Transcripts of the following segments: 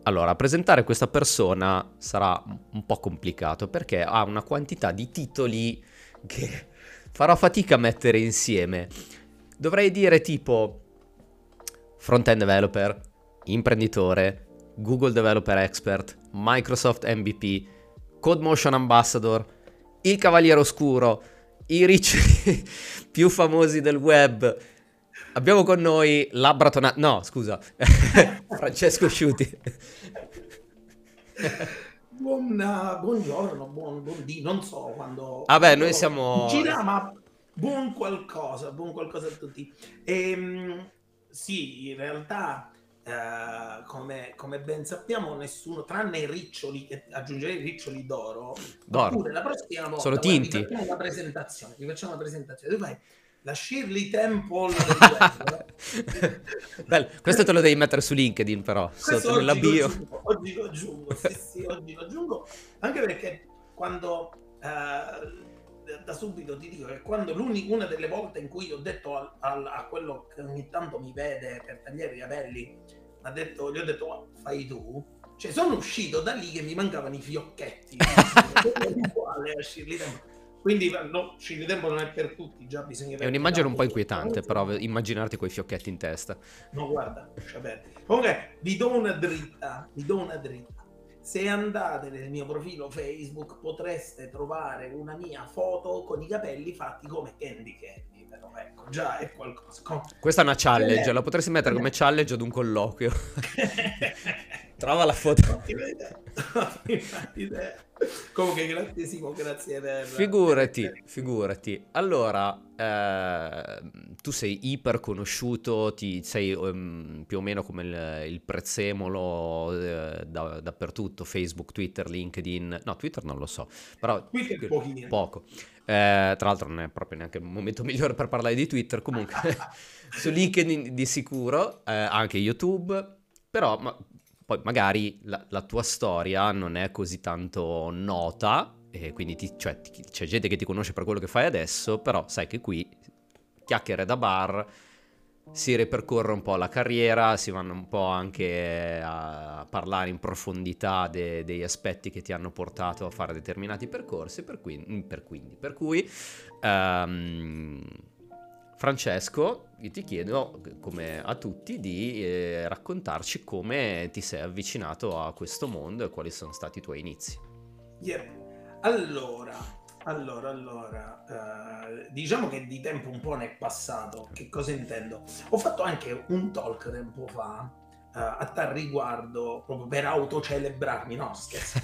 Allora, presentare questa persona sarà un po' complicato perché ha una quantità di titoli che farò fatica a mettere insieme. Dovrei dire tipo front-end developer, imprenditore, Google Developer Expert, Microsoft MVP, Code Motion Ambassador, il Cavaliere Oscuro, i ricci più famosi del web. Abbiamo con noi no, scusa, Francesco Sciuti. Buongiorno, buondì, non so quando Vabbè, noi siamo... gira, ma buon qualcosa a tutti. Sì, in realtà, come ben sappiamo, nessuno, tranne i riccioli, che aggiungerei i riccioli d'oro, oppure la prossima Sono volta, guarda, tinti. vi facciamo una presentazione, tu fai la Shirley Temple del web. Bello, questo te lo devi mettere su LinkedIn però, sotto nella bio. Oggi lo aggiungo, sì, oggi lo aggiungo, anche perché quando da subito ti dico che quando una delle volte in cui ho detto a quello che ogni tanto mi vede per tagliare i capelli, gli ho detto "Oh, fai tu", cioè sono uscito da lì che mi mancavano i fiocchetti. Quindi no, Shirley Temple non è per tutti, già bisogna... È un'immagine un po' inquietante, però immaginarti quei fiocchetti in testa. No, guarda, comunque vi do una dritta. Se andate nel mio profilo Facebook potreste trovare una mia foto con i capelli fatti come Candy, però ecco, già è qualcosa. Questa è una challenge, la potresti mettere come challenge ad un colloquio. Trova la foto. Ottima idea. Comunque grazie Simo, grazie per... Figurati. Allora, tu sei iper conosciuto, sei più o meno come il prezzemolo dappertutto, Facebook, Twitter, LinkedIn. No, Twitter non lo so, però Twitter poco. Tra l'altro non è proprio neanche il momento migliore per parlare di Twitter, comunque su LinkedIn di sicuro, anche YouTube, però... Poi magari la tua storia non è così tanto nota, e quindi c'è gente che ti conosce per quello che fai adesso, però sai che qui, chiacchiere da bar, si ripercorre un po' la carriera, si vanno un po' anche a parlare in profondità degli aspetti che ti hanno portato a fare determinati percorsi, per cui Francesco, io ti chiedo, come a tutti, di raccontarci come ti sei avvicinato a questo mondo e quali sono stati i tuoi inizi. Allora, diciamo che di tempo un po' ne è passato. Che cosa intendo? Ho fatto anche un talk tempo fa a tal riguardo, proprio per autocelebrarmi, no scherzo,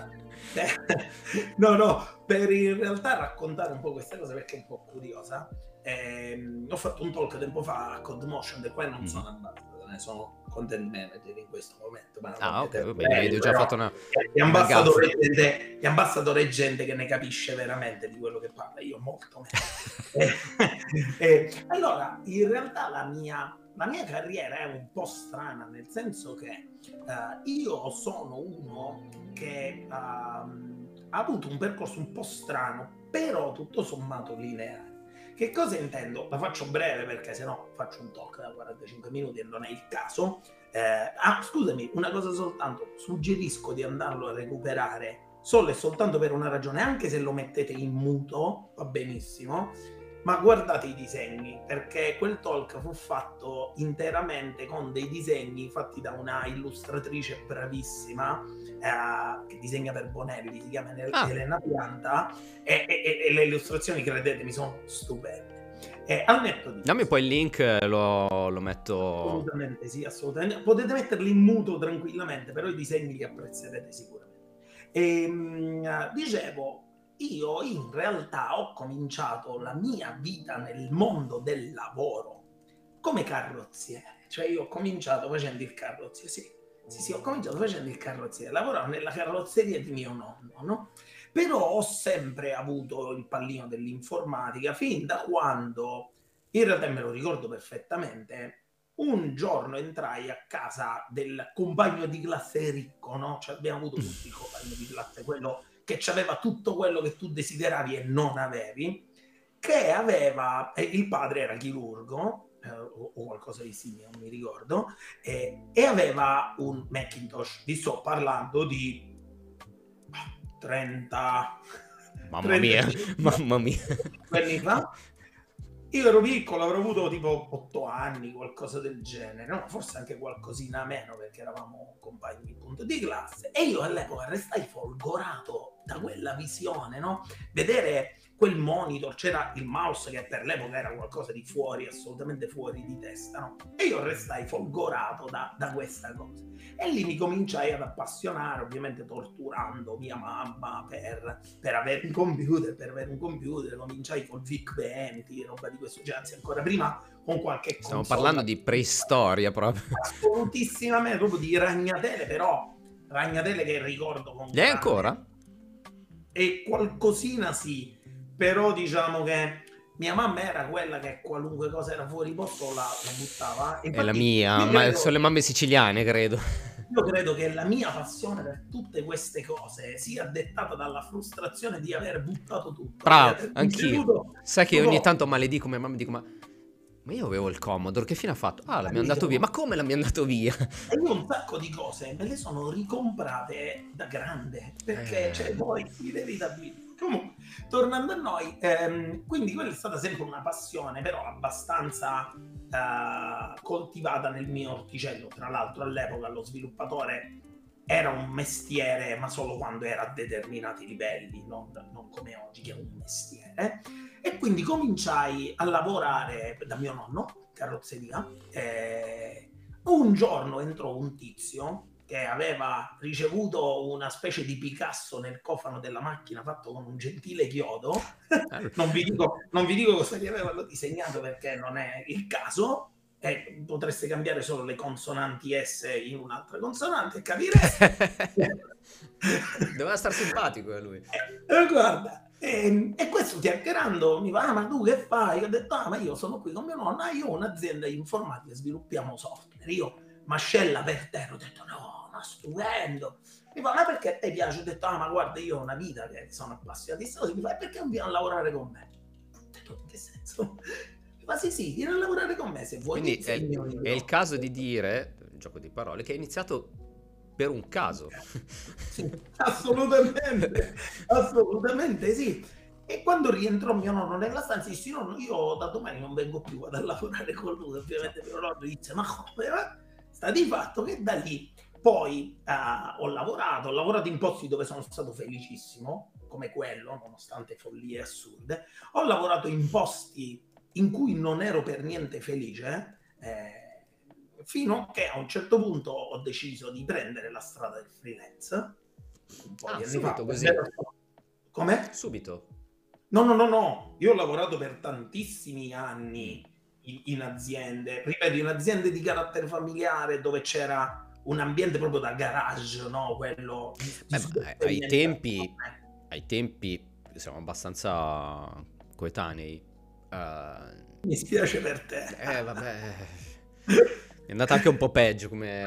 per in realtà raccontare un po' queste cose, perché è un po' curiosa. Ho fatto un talk tempo fa a CodeMotion, del quale non sono andato, ne sono content manager in questo momento. Ma ok, va bene, ho già fatto una... Gli ambassador è gente che ne capisce veramente di quello che parla, io molto meno. Allora, in realtà la mia carriera è un po' strana, nel senso che io sono uno che ha avuto un percorso un po' strano, però tutto sommato lineare. Che cosa intendo? La faccio breve perché sennò faccio un talk da 45 minuti e non è il caso. Scusami, una cosa soltanto, suggerisco di andarlo a recuperare solo e soltanto per una ragione, anche se lo mettete in muto, va benissimo, ma guardate i disegni, perché quel talk fu fatto interamente con dei disegni fatti da una illustratrice bravissima che disegna per Bonelli, si chiama Elena Pianta, e le illustrazioni, credetemi, sono stupende. Al netto di dammi poi il link, lo metto. Assolutamente sì, assolutamente. Potete metterli in muto tranquillamente, però i disegni li apprezzerete sicuramente. Dicevo, io in realtà ho cominciato la mia vita nel mondo del lavoro come carrozziere, cioè io ho cominciato facendo il carrozziere, sì, ho cominciato facendo il carrozziere, lavoravo nella carrozzeria di mio nonno, no? Però ho sempre avuto il pallino dell'informatica fin da quando, in realtà me lo ricordo perfettamente, un giorno entrai a casa del compagno di classe ricco, no? Cioè abbiamo avuto tutti il compagno di classe, quello che aveva tutto quello che tu desideravi e non avevi, che aveva, il padre era chirurgo, o qualcosa di simile, non mi ricordo, e aveva un Macintosh. Vi sto parlando di 30, Mamma mia, 35 mamma mia. anni fa. Io ero piccolo, avrò avuto tipo 8 anni, qualcosa del genere, no? Forse anche qualcosina meno, perché eravamo compagni di punto di classe, e io all'epoca restai folgorato da quella visione, no? Vedere quel monitor, c'era il mouse che per l'epoca era qualcosa di fuori, assolutamente fuori di testa, no? E io restai folgorato da questa cosa. E lì mi cominciai ad appassionare, ovviamente torturando mia mamma per avere un computer, cominciai col VIC-20, roba di questo genere, anzi ancora prima con qualche console. Stiamo parlando di preistoria proprio. Assolutissimamente, proprio di ragnatele, però ragnatele che ricordo con Le hai ancora? E qualcosina sì, però diciamo che mia mamma era quella che qualunque cosa era fuori posto la buttava. Infatti, è la mia, ma sono le mamme siciliane, credo. Io credo che la mia passione per tutte queste cose sia dettata dalla frustrazione di aver buttato tutto. Bravo, anch'io. Sai che ogni tanto maledico mia mamma, dico ma io avevo il Commodore, che fine ha fatto? Ah, l'abbiamo andato via. Ma come l'abbiamo andato via? E io un sacco di cose me le sono ricomprate da grande, perché cioè, poi inevitabilmente. Comunque, tornando a noi, quindi quella è stata sempre una passione, però abbastanza coltivata nel mio orticello. Tra l'altro all'epoca lo sviluppatore era un mestiere, ma solo quando era a determinati livelli, non come oggi che è un mestiere. E quindi cominciai a lavorare da mio nonno, carrozzeria. Un giorno entrò un tizio che aveva ricevuto una specie di Picasso nel cofano della macchina fatto con un gentile chiodo. Non vi dico cosa gli avevano disegnato perché non è il caso. Potreste cambiare solo le consonanti S in un'altra consonante e capireste. Doveva star simpatico lui. Guarda, e questo chiacchierando mi va, ma tu che fai? Ho detto, ma io sono qui con mio nonno, io ho un'azienda di informatica, sviluppiamo software. Io mascella per terra, ho detto no, ma stupendo. Mi fa, ma perché a te piace? Ho detto, ma guarda, io ho una vita che sono appassionatissimo. Mi fa, perché non vieni a lavorare con me? Ho detto, in che senso? Ma sì, vieni a lavorare con me se vuoi. Quindi è il caso di dire, gioco di parole, che è iniziato per un caso. Sì, assolutamente sì. E quando rientrò mio nonno nella stanza, dissi, nonno, io da domani non vengo più a lavorare con lui. Ovviamente mio nonno dice, ma come? Sta di fatto che da lì poi ho lavorato in posti dove sono stato felicissimo, come quello, nonostante follie assurde. Ho lavorato in posti in cui non ero per niente felice, fino a che a un certo punto ho deciso di prendere la strada del freelance. Un po' di anni subito fa. così? Come? Subito? No. Io ho lavorato per tantissimi anni in aziende, ripeto, in aziende di carattere familiare dove c'era un ambiente proprio da garage, no? Quello ai tempi siamo abbastanza coetanei. Mi spiace per te. Vabbè. È andata anche un po' peggio come...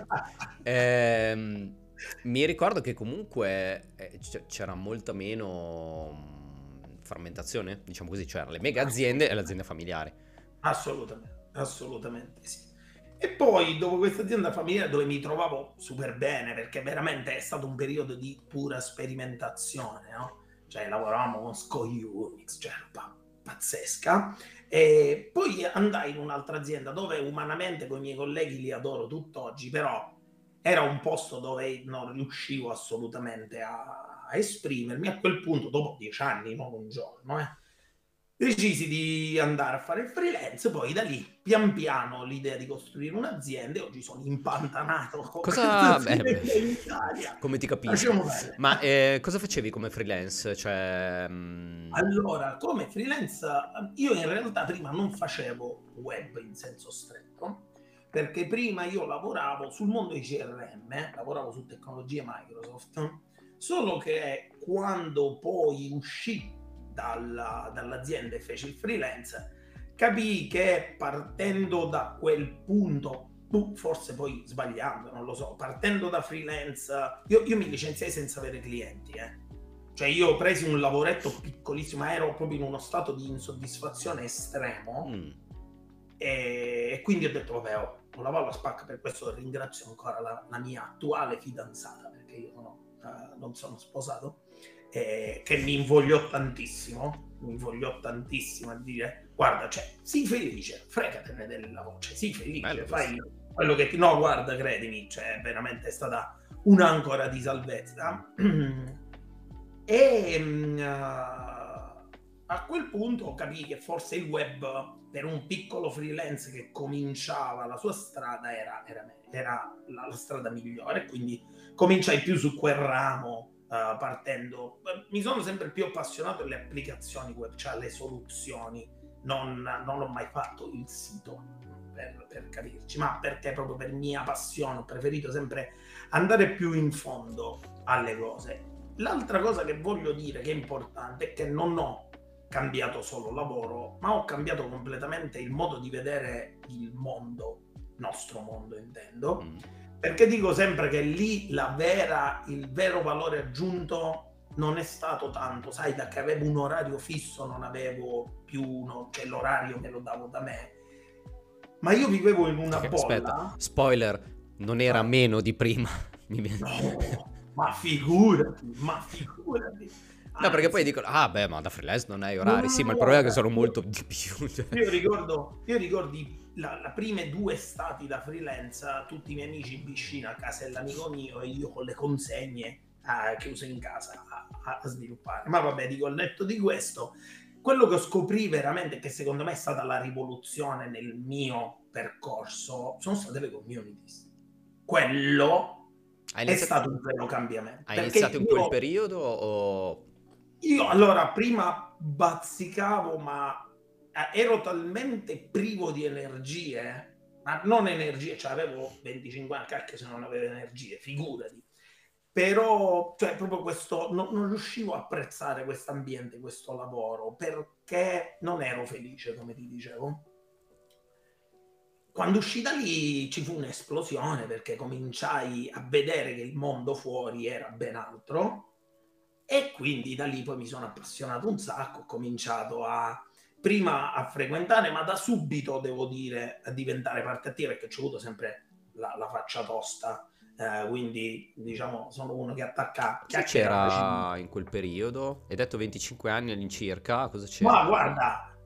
mi ricordo che comunque c'era molta meno frammentazione, diciamo così, c'erano le mega aziende e l'azienda familiare. Assolutamente sì. E poi dopo questa azienda familiare dove mi trovavo super bene, perché veramente è stato un periodo di pura sperimentazione, no? Cioè lavoravamo con SCOI Unix, cioè pazzesca. E poi andai in un'altra azienda dove umanamente con i miei colleghi li adoro tutt'oggi, però era un posto dove non riuscivo assolutamente a esprimermi. A quel punto, dopo 10 anni, non un giorno, decisi di andare a fare il freelance. Poi da lì, pian piano, l'idea di costruire un'azienda, e oggi sono impantanato in Italia. Come ti capisco. Ma cosa facevi come freelance? Cioè... Allora, come freelance, io in realtà prima non facevo web in senso stretto, perché prima io lavoravo sul mondo di CRM, lavoravo su tecnologie Microsoft, solo che quando poi uscì dall'azienda e feci il freelance, capii che partendo da quel punto, forse poi sbagliando, non lo so, partendo da freelance, io mi licenziai senza avere clienti, Cioè io presi un lavoretto piccolissimo, ero proprio in uno stato di insoddisfazione estremo, E quindi ho detto, vabbè, ho lavato la spacca, per questo ringrazio ancora la mia attuale fidanzata, perché io non sono sposato, che mi invogliò tantissimo a dire, guarda, cioè, sii felice, fregatene della voce, sii felice, Bello fai questo. quello che ti... No, guarda, credimi, cioè, veramente è stata un'ancora di salvezza. E a quel punto capii che forse il web, per un piccolo freelance che cominciava la sua strada, era la strada migliore, quindi cominciai più su quel ramo, partendo. Mi sono sempre più appassionato alle applicazioni web, cioè alle soluzioni. Non ho mai fatto il sito, per capirci, ma perché proprio per mia passione ho preferito sempre andare più in fondo alle cose. L'altra cosa che voglio dire, che è importante, è che non ho cambiato solo lavoro, ma ho cambiato completamente il modo di vedere il mondo, nostro mondo intendo, perché dico sempre che lì il vero valore aggiunto non è stato tanto, sai, da che avevo un orario fisso, non avevo più uno, cioè l'orario me lo davo da me, ma io vivevo in una Aspetta, bolla. spoiler, non era meno di prima. No, ma figurati, No, perché poi anzi, dicono, ah beh, ma da freelance non hai no, orari. Sì, ma il problema è che guarda, sono molto di più. Cioè. io ricordo la prime 2 estati da freelance, tutti i miei amici in piscina a casa dell'amico mio e io con le consegne chiuse in casa a sviluppare. Ma vabbè, dico, al netto di questo, quello che scoprì veramente, che secondo me è stata la rivoluzione nel mio percorso, sono state le communities. Quello Hai è iniziato, stato un vero cambiamento, hai perché iniziato in quel periodo o... io allora prima bazzicavo, ma ero talmente privo di energie, ma non energie, cioè avevo 25 anni, cacchio se non avevo energie, figurati. Però, cioè, proprio questo, non riuscivo a apprezzare questo ambiente, questo lavoro, perché non ero felice, come ti dicevo. Quando uscì da lì ci fu un'esplosione, perché cominciai a vedere che il mondo fuori era ben altro, e quindi da lì poi mi sono appassionato un sacco, ho cominciato prima a frequentare, ma da subito devo dire a diventare parte attiva, perché ci ho avuto sempre la faccia tosta, quindi diciamo sono uno che attacca Cosa chiacchiera facilmente. c'era in quel periodo? Hai detto 25 anni all'incirca, cosa c'era? Ma guarda,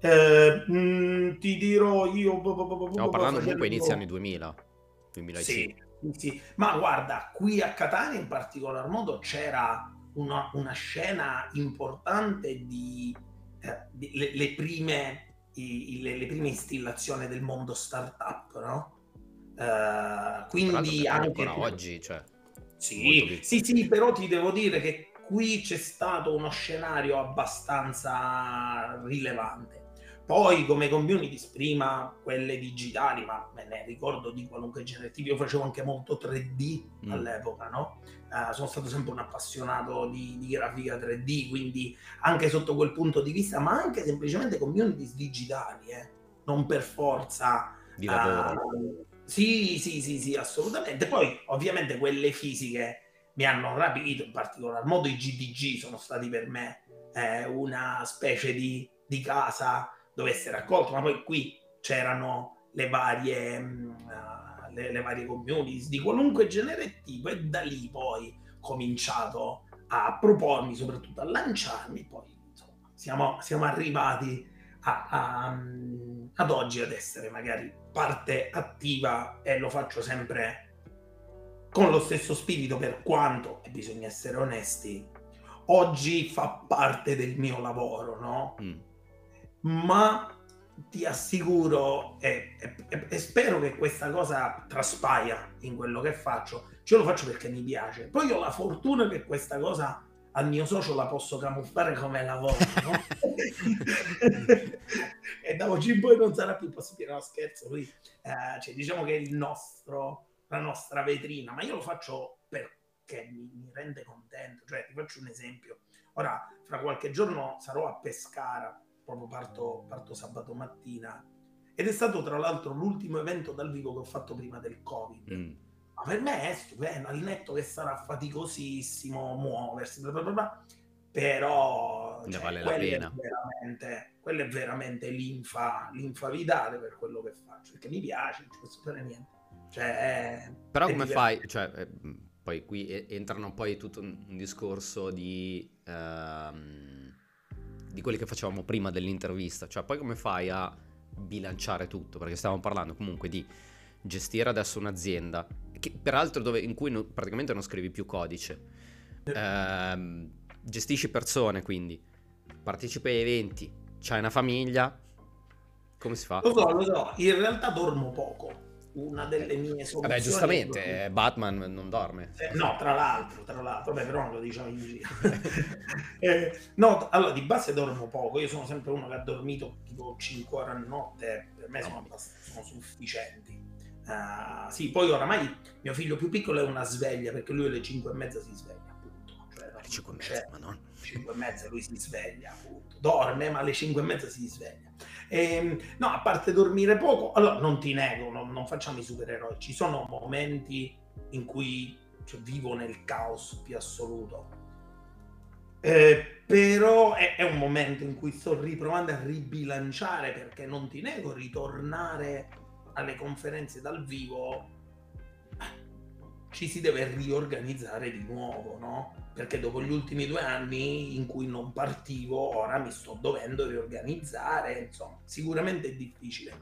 ti dirò io Stiamo parlando comunque inizio anni facendo... 2000, Sì, 2005. sì, ma guarda, qui a Catania in particolar modo c'era una scena importante le prime, le prime istillazioni del mondo startup, no? Tra l'altro Quindi Catania anche... ancora oggi, cioè, molto Sì, vivo. sì, sì, però ti devo dire che qui c'è stato uno scenario abbastanza rilevante. Poi come communities, prima quelle digitali, ma me ne ricordo di qualunque genere, tipo io facevo anche molto 3D all'epoca, no? Sono stato sempre un appassionato di grafica 3D, quindi anche sotto quel punto di vista, ma anche semplicemente communities digitali, non per forza... Di lavoro. Sì, sì, sì, sì, assolutamente. Poi ovviamente quelle fisiche mi hanno rapito, in particolar modo i GDG sono stati per me una specie di casa dove essere accolto, ma poi qui c'erano le varie, le varie communities di qualunque genere e tipo, e da lì poi ho cominciato a propormi, soprattutto a lanciarmi, poi insomma siamo arrivati ad oggi ad essere magari parte attiva, e lo faccio sempre con lo stesso spirito, per quanto, e bisogna essere onesti, oggi fa parte del mio lavoro, no? Ma ti assicuro e spero che questa cosa traspaia in quello che faccio. Io lo faccio perché mi piace. Poi ho la fortuna che questa cosa al mio socio la posso camuffare come lavoro, no? E da oggi in poi non sarà più possibile, no scherzo, lui, cioè, diciamo che è la nostra vetrina, ma io lo faccio perché mi rende contento. Cioè, ti faccio un esempio. Ora, fra qualche giorno sarò a Pescara, proprio parto sabato mattina, ed è stato tra l'altro l'ultimo evento dal vivo che ho fatto prima del Covid. Ma per me è stupendo, al netto che sarà faticosissimo muoversi, bla bla bla, però ne cioè vale la pena. quella è veramente linfa vitale per quello che faccio, perché mi piace, non ci posso fare niente. Cioè, Però è come divertente. fai? Cioè, poi qui entrano poi tutto un discorso di quelli che facevamo prima dell'intervista. Cioè, poi come fai a bilanciare tutto? Perché stavamo parlando comunque di gestire adesso un'azienda, che peraltro in cui praticamente non scrivi più codice. Gestisci persone, quindi partecipi a eventi, c'hai una famiglia, come si fa? Lo so, in realtà dormo poco. Una delle mie Vabbè, soluzioni è dormire. giustamente, Batman non dorme. No, tra l'altro, vabbè, però non lo diciamo in giro. No, allora di base dormo poco, io sono sempre uno che ha dormito tipo 5 ore a notte, per me sono sufficienti. Sì, poi oramai mio figlio più piccolo è una sveglia, perché lui alle 5:30 si sveglia, appunto. Cioè, Alle 5:30, ma non. 5:30 lui si sveglia, appunto. Dorme, ma alle 5:30 si sveglia. No, a parte dormire poco, allora non ti nego, non facciamo i supereroi, ci sono momenti in cui vivo nel caos più assoluto. Però è un momento in cui sto riprovando a ribilanciare, perché non ti nego, ritornare alle conferenze dal vivo ci si deve riorganizzare di nuovo, no? Perché dopo gli ultimi 2 anni in cui non partivo, ora mi sto dovendo riorganizzare, insomma, sicuramente è difficile.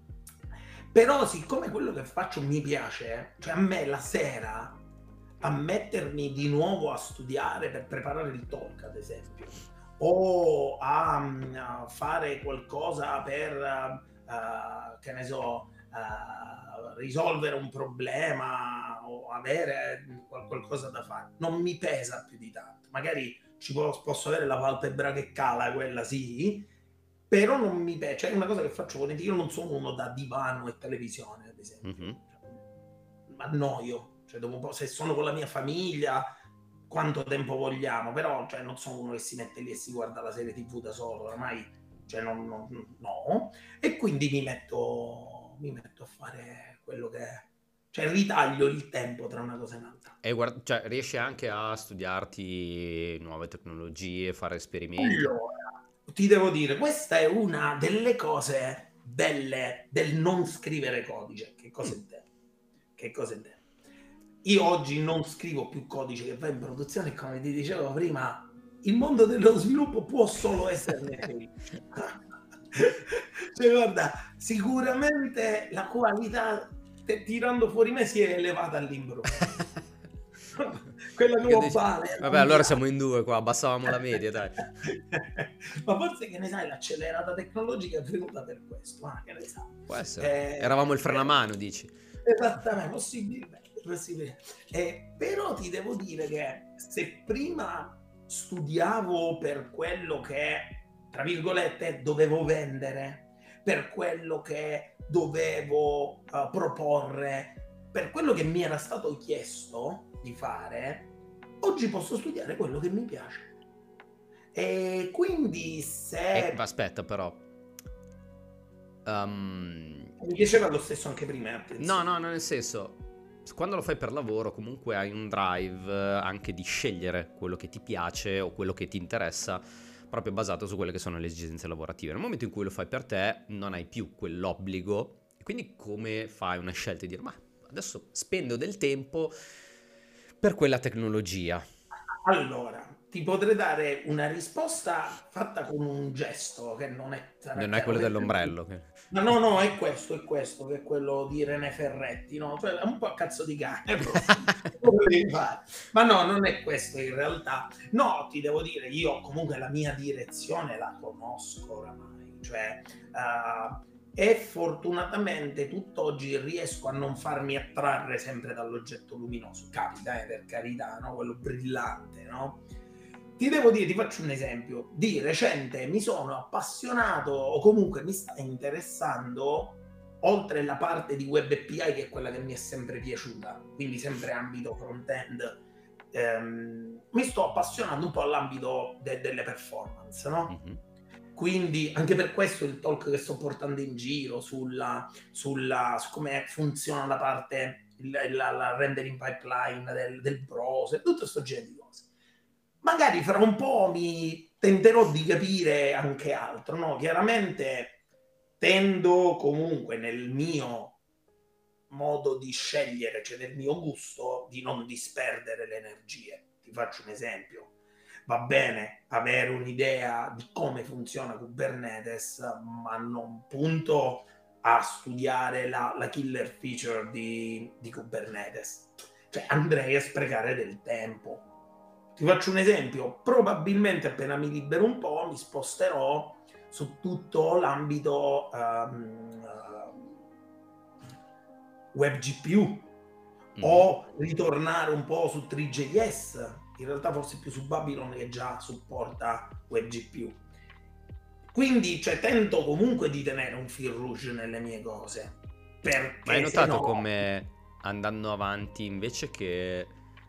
Però siccome quello che faccio mi piace, cioè a me la sera a mettermi di nuovo a studiare per preparare il talk, ad esempio, o a fare qualcosa per, che ne so, risolvere un problema o avere qualcosa da fare, non mi pesa più di tanto. Magari posso avere la palpebra che cala, quella sì, però non mi pesa. Cioè è una cosa che faccio volentieri. Io non sono uno da divano e televisione, ad esempio. Mm-hmm. Mi annoio. Cioè, dopo un po', se sono con la mia famiglia, quanto tempo vogliamo, però cioè, non sono uno che si mette lì e si guarda la serie TV da solo, ormai cioè, no. E quindi mi metto a fare quello che è. Cioè, ritaglio il tempo tra una cosa e un'altra. E cioè, riesci anche a studiarti nuove tecnologie, fare esperimenti? Allora, ti devo dire, questa è una delle cose belle del non scrivere codice. Che cosa intendo? Io oggi non scrivo più codice che va in produzione, come ti dicevo prima, il mondo dello sviluppo può solo esserne felice. Cioè, guarda, sicuramente la qualità tirando fuori me si è elevata all'improvviso. Quella globale. Vabbè, allora siamo in due qua, abbassavamo la media, dai. Ma forse, che ne sai, l'accelerata tecnologica è venuta per questo, che ne sai. Può essere. Eravamo il freno a mano, dici. Esattamente, possibilmente. Però ti devo dire che se prima studiavo per quello che, tra virgolette, dovevo vendere, per quello che dovevo proporre, per quello che mi era stato chiesto di fare, oggi posso studiare quello che mi piace. E quindi se... aspetta, però. Mi piaceva lo stesso anche prima, attenzione. No, nel senso, quando lo fai per lavoro comunque hai un drive anche di scegliere quello che ti piace o quello che ti interessa, proprio basato su quelle che sono le esigenze lavorative. Nel momento in cui lo fai per te non hai più quell'obbligo, e quindi come fai una scelta di dire ma adesso spendo del tempo per quella tecnologia? Allora, ti potrei dare una risposta fatta con un gesto che non è... Non è quello dell'ombrello. No, è questo, che è quello di René Ferretti, no? Cioè, è un po' a cazzo di cane, ma no, non è questo in realtà. No, ti devo dire, io comunque la mia direzione la conosco oramai, cioè... e fortunatamente tutt'oggi riesco a non farmi attrarre sempre dall'oggetto luminoso. Capita, per carità, no? Quello brillante, no? Ti devo dire, ti faccio un esempio. Di recente mi sono appassionato, o comunque mi sta interessando, oltre la parte di web API, che è quella che mi è sempre piaciuta, quindi sempre ambito front-end, mi sto appassionando un po' all'ambito delle performance, no? Mm-hmm. Quindi anche per questo il talk che sto portando in giro su come funziona la parte, la rendering pipeline del browser, tutto questo genere di cose. Magari fra un po' mi tenterò di capire anche altro, no? Chiaramente tendo comunque nel mio modo di scegliere, cioè nel mio gusto, di non disperdere le energie. Ti faccio un esempio. Va bene avere un'idea di come funziona Kubernetes, ma non punto a studiare la killer feature di Kubernetes. Cioè andrei a sprecare del tempo. Ti faccio un esempio. Probabilmente appena mi libero un po' mi sposterò su tutto l'ambito web GPU o ritornare un po' su 3JS, in realtà forse più su Babylon che già supporta web GPU. Quindi cioè, tento comunque di tenere un fil rouge nelle mie cose. Perché ma hai notato no... come andando avanti invece che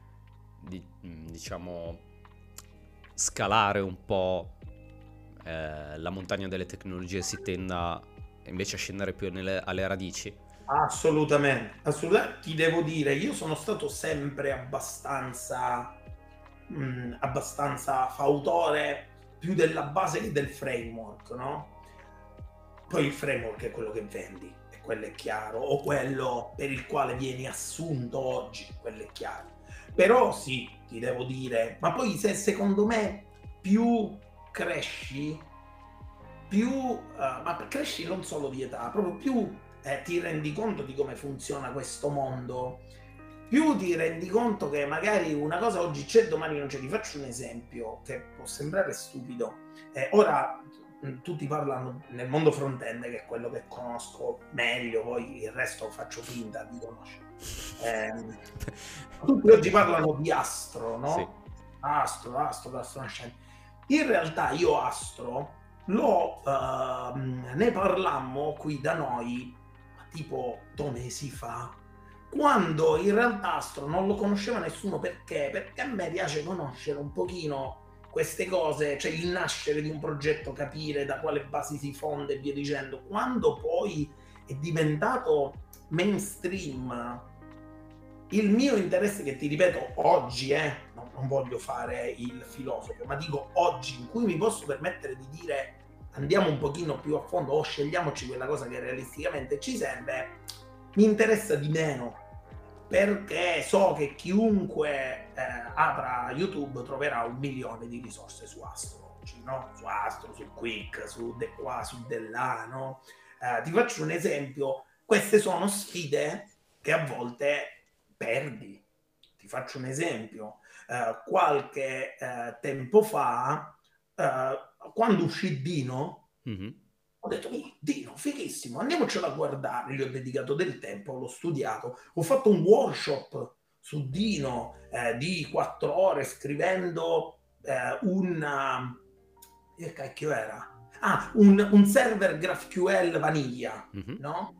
diciamo scalare un po' la montagna delle tecnologie si tenda invece a scendere più alle radici? Assolutamente, assolutamente. Ti devo dire, io sono stato sempre abbastanza fautore più della base che del framework, no? Poi il framework è quello che vendi, e quello è chiaro, o quello per il quale vieni assunto oggi, quello è chiaro. Però sì, ti devo dire, ma poi se secondo me più cresci, ma cresci non solo di età, proprio più ti rendi conto di come funziona questo mondo, più ti rendi conto che magari una cosa oggi c'è, domani non c'è. Ti faccio un esempio che può sembrare stupido. Ora tutti parlano nel mondo front-end, che è quello che conosco meglio, poi il resto faccio finta di conoscere. Tutti oggi parlano di Astro, no? Sì. Astro nascente. In realtà io Astro ne parlammo qui da noi tipo 2 mesi fa, quando in realtà Astro non lo conosceva nessuno. Perché a me piace conoscere un pochino queste cose, cioè il nascere di un progetto, capire da quale basi si fonda e via dicendo. Quando poi è diventato mainstream, il mio interesse, che ti ripeto oggi, non voglio fare il filosofo, ma dico oggi, in cui mi posso permettere di dire andiamo un pochino più a fondo o scegliamoci quella cosa che realisticamente ci serve, mi interessa di meno, perché so che chiunque apra YouTube troverà 1 milione di risorse su Astro, no? Su Astro, su Quick, su de qua, su de là, no? Ti faccio un esempio, queste sono sfide che a volte perdi. Ti faccio un esempio, qualche tempo fa, quando uscì Dino, ho detto, Dino, fighissimo, andiamocelo a guardare. Gli ho dedicato del tempo, l'ho studiato, ho fatto un workshop su Dino di 4 ore scrivendo che cacchio era? Un server GraphQL vaniglia, no?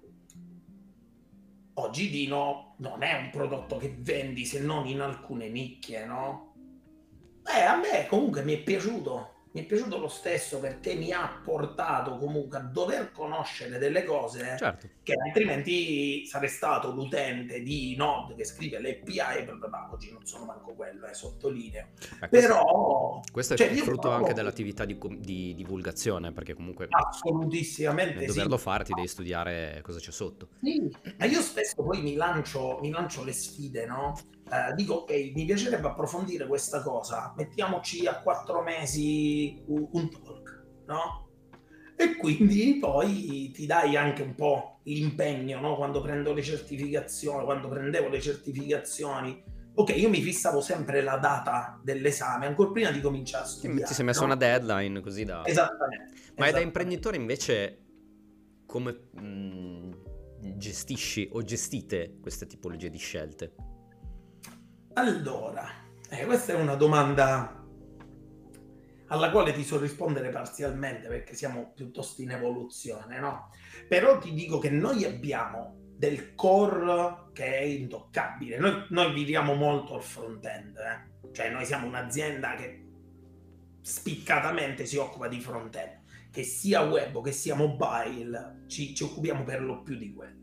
Oggi Dino non è un prodotto che vendi se non in alcune nicchie, no? A me comunque mi è piaciuto lo stesso, perché mi ha portato comunque a dover conoscere delle cose, certo, che altrimenti sarei stato l'utente di Node che scrive le API, ma oggi non sono manco quello, sottolineo. Però questo è frutto anche dell'attività di divulgazione, perché comunque assolutissimamente nel doverlo fare ti devi studiare cosa c'è sotto. Sì, ma io spesso poi mi lancio le sfide, no? Dico, ok, mi piacerebbe approfondire questa cosa, mettiamoci a 4 mesi un talk, no? E quindi poi ti dai anche un po' l'impegno, no? Quando prendevo le certificazioni, ok, io mi fissavo sempre la data dell'esame, ancora prima di cominciare a studiare. Ti sei messo una deadline così da... Esattamente. Ma da imprenditore invece come gestisci o gestite queste tipologie di scelte? Allora, questa è una domanda alla quale ti so rispondere parzialmente, perché siamo piuttosto in evoluzione, no? Però ti dico che noi abbiamo del core che è intoccabile. Noi viviamo molto al front-end, cioè noi siamo un'azienda che spiccatamente si occupa di front-end, che sia web o che sia mobile, ci occupiamo per lo più di quello.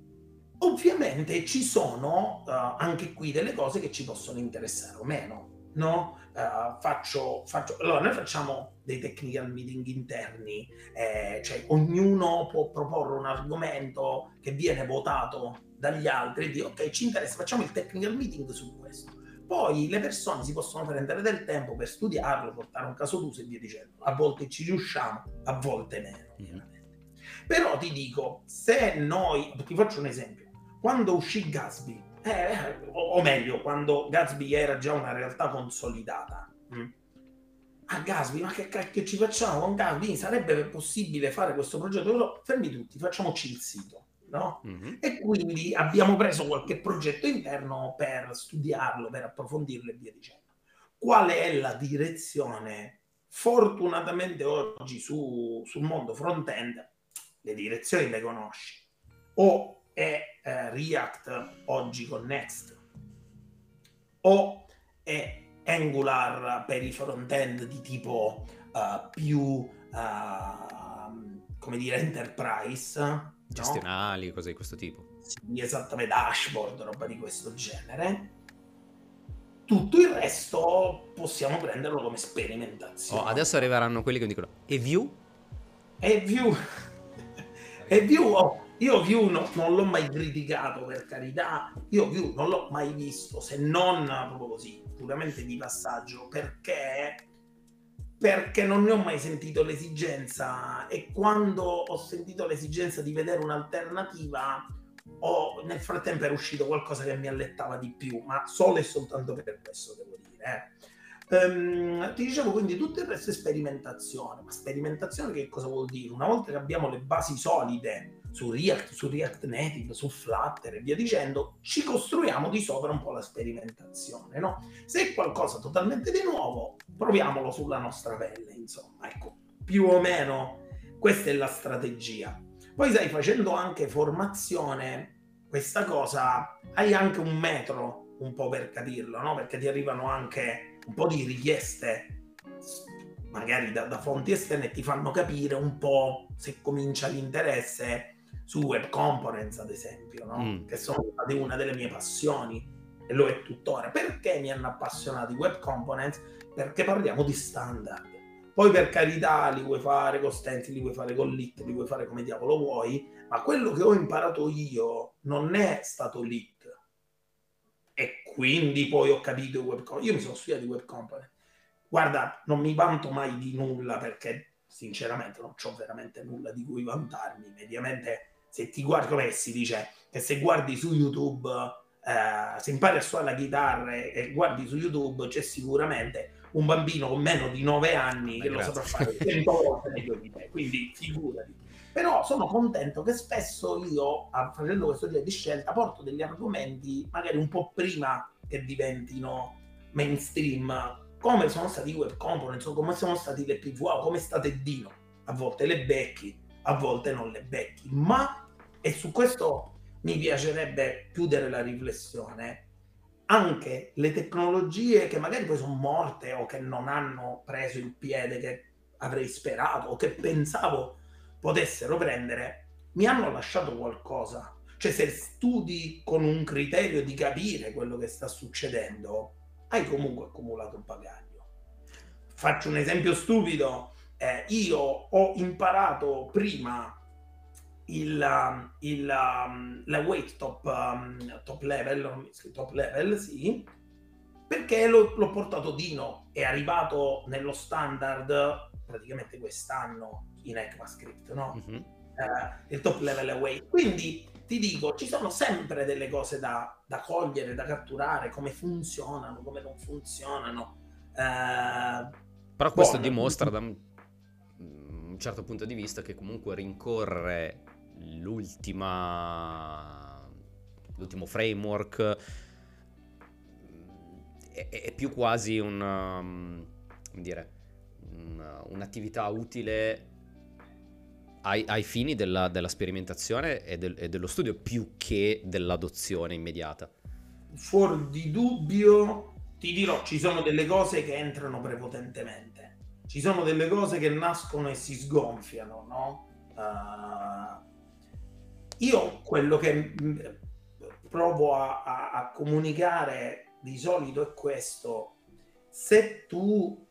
Ovviamente ci sono anche qui delle cose che ci possono interessare o meno. no? Allora, noi facciamo dei technical meeting interni, cioè ognuno può proporre un argomento che viene votato dagli altri e dire ok, ci interessa, facciamo il technical meeting su questo. Poi le persone si possono prendere del tempo per studiarlo, portare un caso d'uso e via dicendo. A volte ci riusciamo, a volte meno, chiaramente. Però ti dico, se noi, ti faccio un esempio, quando uscì Gatsby, o meglio, quando Gatsby era già una realtà consolidata, a Gatsby, ma che cacchio ci facciamo con Gatsby? Sarebbe possibile fare questo progetto? Fermi tutti, facciamoci il sito, no? E quindi abbiamo preso qualche progetto interno per studiarlo, per approfondirlo e via dicendo. Qual è la direzione? Fortunatamente oggi sul mondo front-end le direzioni le conosci. O è React oggi con Next, o è Angular per i front-end di tipo più come dire enterprise, gestionali, no? cose di questo tipo. Sì, esattamente, dashboard, roba di questo genere. Tutto il resto possiamo prenderlo come sperimentazione. Adesso arriveranno quelli che mi dicono e Vue? E Vue io Vue non l'ho mai criticato, per carità. Io Vue non l'ho mai visto, se non proprio così, puramente di passaggio, perché non ne ho mai sentito l'esigenza, e quando ho sentito l'esigenza di vedere un'alternativa nel frattempo era uscito qualcosa che mi allettava di più, ma solo e soltanto per questo, devo dire. Ti dicevo, quindi tutto il resto è sperimentazione. Ma sperimentazione che cosa vuol dire? Una volta che abbiamo le basi solide su React Native, su Flutter e via dicendo, ci costruiamo di sopra un po' la sperimentazione, no? Se è qualcosa totalmente di nuovo, proviamolo sulla nostra pelle, insomma, ecco, più o meno questa è la strategia. Poi sai, facendo anche formazione, questa cosa, hai anche un metro un po' per capirlo, no? Perché ti arrivano anche un po' di richieste magari da fonti esterne e ti fanno capire un po' se comincia l'interesse su web components, ad esempio, no? Che sono state una delle mie passioni e lo è tuttora. Perché mi hanno appassionato i web components? Perché parliamo di standard. Poi per carità li vuoi fare con stencil, li vuoi fare con lit, li vuoi fare come diavolo vuoi, ma quello che ho imparato io non è stato lit. E quindi poi ho capito i web component. Io mi sono studiato i web component. Guarda, non mi vanto mai di nulla perché sinceramente non c'ho veramente nulla di cui vantarmi. Mediamente, se ti guardi, come si dice, che se guardi su YouTube, se impari a suonare la chitarra e guardi su YouTube, c'è sicuramente un bambino con meno di 9 anni che lo saprà fare 100 volte meglio di te, quindi figurati. Però sono contento che spesso io, facendo questo genere di scelta, porto degli argomenti magari un po' prima che diventino mainstream, come sono stati i web components, come sono stati le PVA, come è stato Dino. A volte le becchi, a volte non le becchi, ma, e su questo mi piacerebbe chiudere la riflessione, anche le tecnologie che magari poi sono morte o che non hanno preso il piede che avrei sperato o che pensavo potessero prendere, mi hanno lasciato qualcosa. Cioè, se studi con un criterio di capire quello che sta succedendo, hai comunque accumulato un bagaglio. Faccio un esempio stupido. Io ho imparato prima la weight top level, sì, perché l'ho portato Dino, è arrivato nello standard praticamente quest'anno in ECMAScript, no? Il top level away. Quindi ti dico, ci sono sempre delle cose da cogliere, da catturare, come funzionano, come non funzionano. Però questo dimostra da un certo punto di vista che comunque rincorrere l'ultimo framework è più quasi un'attività utile ai fini della sperimentazione e dello studio più che dell'adozione immediata. Fuori di dubbio, ti dirò, ci sono delle cose che entrano prepotentemente, ci sono delle cose che nascono e si sgonfiano, no? Io quello che provo a comunicare di solito è questo: se tu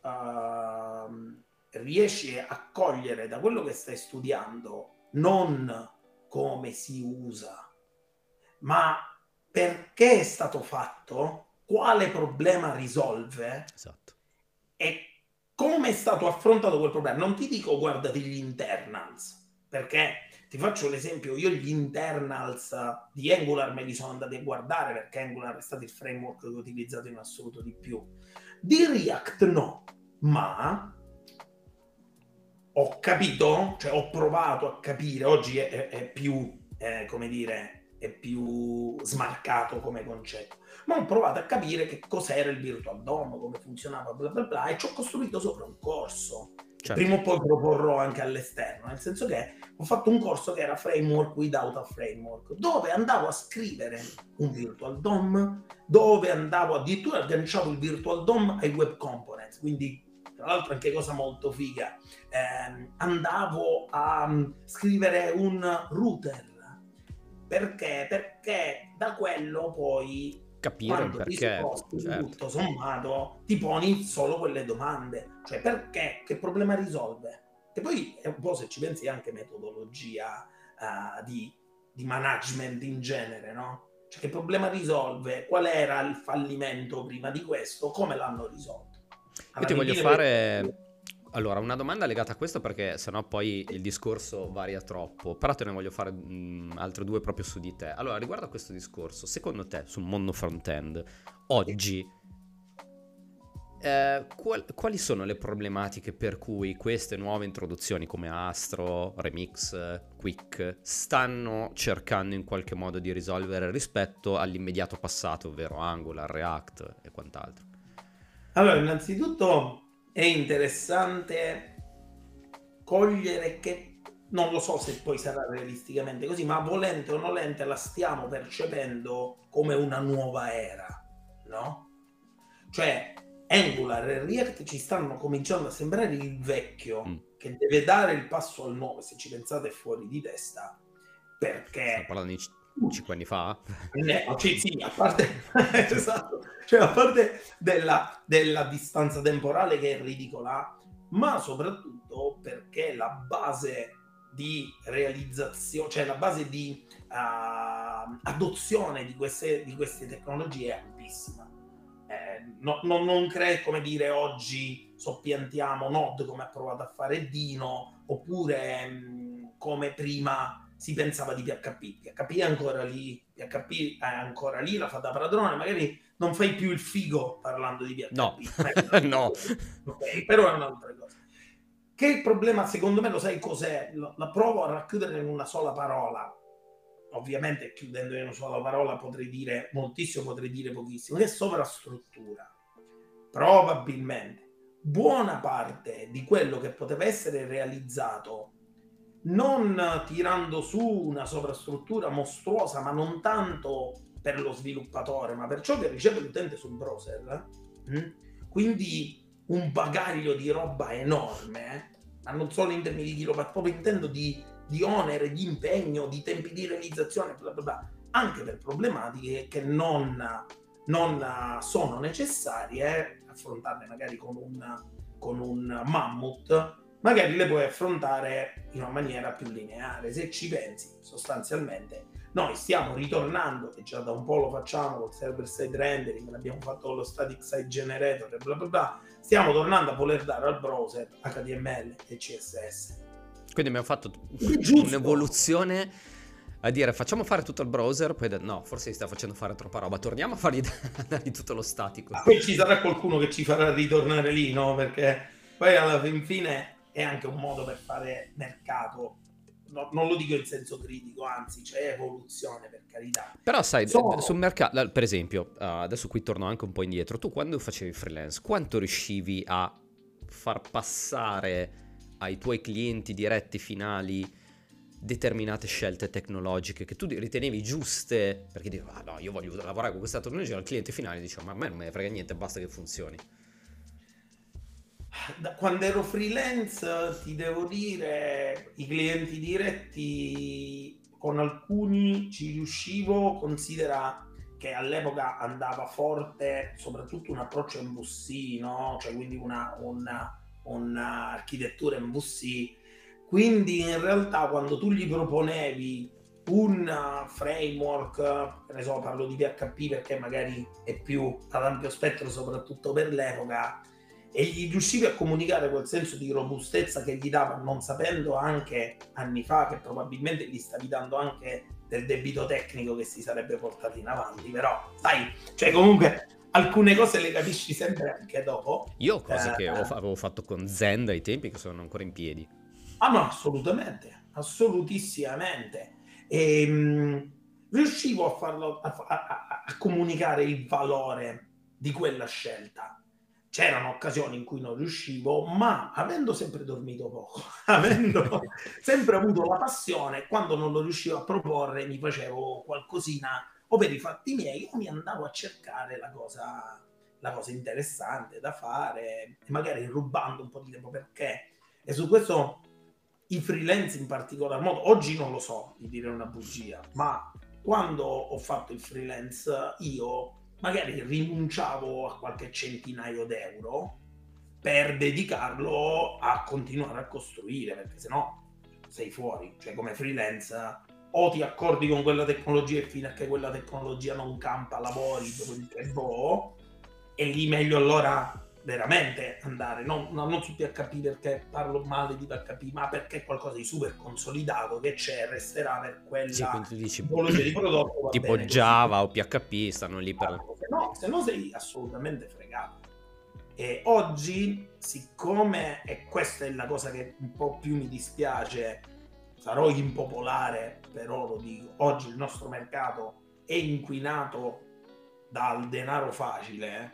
riesci a cogliere da quello che stai studiando non come si usa, ma perché è stato fatto, quale problema risolve Esatto. e come è stato affrontato quel problema. Non ti dico guardati gli internals, perché ti faccio l'esempio, io gli internals di Angular me li sono andati a guardare perché Angular è stato il framework che ho utilizzato in assoluto di più. Di React no, ma ho capito, cioè ho provato a capire, oggi è più, come dire, è più smarcato come concetto, ma ho provato a capire che cos'era il Virtual DOM, come funzionava, bla bla bla, e ci ho costruito sopra un corso. Certo. Prima o poi proporrò anche all'esterno, nel senso che ho fatto un corso che era Framework Without a Framework, dove andavo a scrivere un Virtual DOM, dove andavo addirittura agganciavo il Virtual DOM ai web components, quindi tra l'altro anche cosa molto figa, andavo a scrivere un router. Perché? Perché da quello poi Capire quando ti perché, sposti, certo. tutto sommato ti poni solo quelle domande, cioè perché, che problema risolve, e poi è un po', se ci pensi, anche metodologia di management in genere, no? Cioè che problema risolve, qual era il fallimento prima di questo, come l'hanno risolto. Io ti voglio fare allora una domanda legata a questo, perché sennò poi il discorso varia troppo, però te ne voglio fare altre due proprio su di te. Allora, riguardo a questo discorso, secondo te sul mondo front-end oggi quali sono le problematiche per cui queste nuove introduzioni come Astro, Remix, Quick stanno cercando in qualche modo di risolvere rispetto all'immediato passato, ovvero Angular, React e quant'altro? Allora, innanzitutto è interessante cogliere che, non lo so se poi sarà realisticamente così, ma volente o nolente la stiamo percependo come una nuova era, no? Cioè Angular e React ci stanno cominciando a sembrare il vecchio che deve dare il passo al nuovo. Se ci pensate è fuori di testa, perché Stiamo parlando di 5 anni fa? sì, a parte esatto, cioè a parte della distanza temporale che è ridicola, ma soprattutto perché la base di realizzazione, cioè la base di adozione di queste tecnologie è ampissima. Non crei, come dire, oggi soppiantiamo Node come ha provato a fare Dino, oppure come prima si pensava di PHP. PHP è ancora lì, PHP è ancora lì, la fa da padrone, magari non fai più il figo parlando di PHP. No, no. Ok, però è un'altra cosa. Che il problema, secondo me, lo sai cos'è? La provo a racchiudere in una sola parola. Ovviamente, chiudendo in una sola parola, potrei dire moltissimo, potrei dire pochissimo. Che è sovrastruttura. Probabilmente buona parte di quello che poteva essere realizzato, non tirando su una sovrastruttura mostruosa, ma non tanto per lo sviluppatore, ma per ciò che riceve l'utente sul browser, quindi un bagaglio di roba enorme, ma non solo in termini di kilowatt, proprio intendo di onere, di impegno, di tempi di realizzazione, bla bla bla, anche per problematiche che non sono necessarie, affrontarle magari con un mammut, magari le puoi affrontare in una maniera più lineare. Se ci pensi, sostanzialmente noi stiamo ritornando, e già da un po' lo facciamo col server side rendering, l'abbiamo fatto con lo static site generator e bla bla bla, stiamo tornando a voler dare al browser HTML e CSS. Quindi abbiamo fatto un'evoluzione a dire facciamo fare tutto il browser, poi no, forse si sta facendo fare troppa roba, torniamo a fargli dargli tutto lo statico. Ma poi ci sarà qualcuno che ci farà ritornare lì, no? Perché poi alla fine è anche un modo per fare mercato. No, non lo dico in senso critico, anzi c'è evoluzione, per carità. Però sai, sul mercato, per esempio, adesso qui torno anche un po' indietro, tu quando facevi freelance, quanto riuscivi a far passare ai tuoi clienti diretti finali determinate scelte tecnologiche che tu ritenevi giuste, perché dici, ah no, io voglio lavorare con questa tecnologia, al cliente finale diceva, ma a me non me ne frega niente, basta che funzioni. Quando ero freelance, ti devo dire, i clienti diretti con alcuni ci riuscivo, considera che all'epoca andava forte soprattutto un approccio MVC, no? Cioè quindi un'architettura MVC. Quindi in realtà quando tu gli proponevi un framework, che ne so, parlo di PHP perché magari è più ad ampio spettro soprattutto per l'epoca, e gli riuscivi a comunicare quel senso di robustezza che gli dava, non sapendo anche anni fa che probabilmente gli stavi dando anche del debito tecnico che si sarebbe portato in avanti, però sai, cioè comunque alcune cose le capisci sempre anche dopo. Io cose che avevo fatto con Zend ai tempi che sono ancora in piedi. Ah no, assolutamente, assolutissimamente. Riuscivo a farlo, a comunicare il valore di quella scelta. C'erano occasioni in cui non riuscivo, ma avendo sempre dormito poco, avendo sempre avuto la passione, quando non lo riuscivo a proporre mi facevo qualcosina o per i fatti miei o mi andavo a cercare la cosa interessante da fare, magari rubando un po' di tempo, perché e su questo i freelance in particolar modo, oggi non lo so di dire una bugia, ma quando ho fatto il freelance io magari rinunciavo a qualche centinaio d'euro per dedicarlo a continuare a costruire, perché sennò sei fuori, cioè come freelance o ti accordi con quella tecnologia e fino a che quella tecnologia non campa lavori, dopodiché boh, e lì meglio allora veramente andare, non su PHP perché parlo male di PHP, ma perché è qualcosa di super consolidato che c'è, resterà per quella Sì, quindi tu dici tipologia di prodotto, va tipo bene Java o PHP stanno lì per... se no sei assolutamente fregato. E oggi, siccome, e questa è la cosa che un po' più mi dispiace, sarò impopolare, però lo dico, oggi il nostro mercato è inquinato dal denaro facile,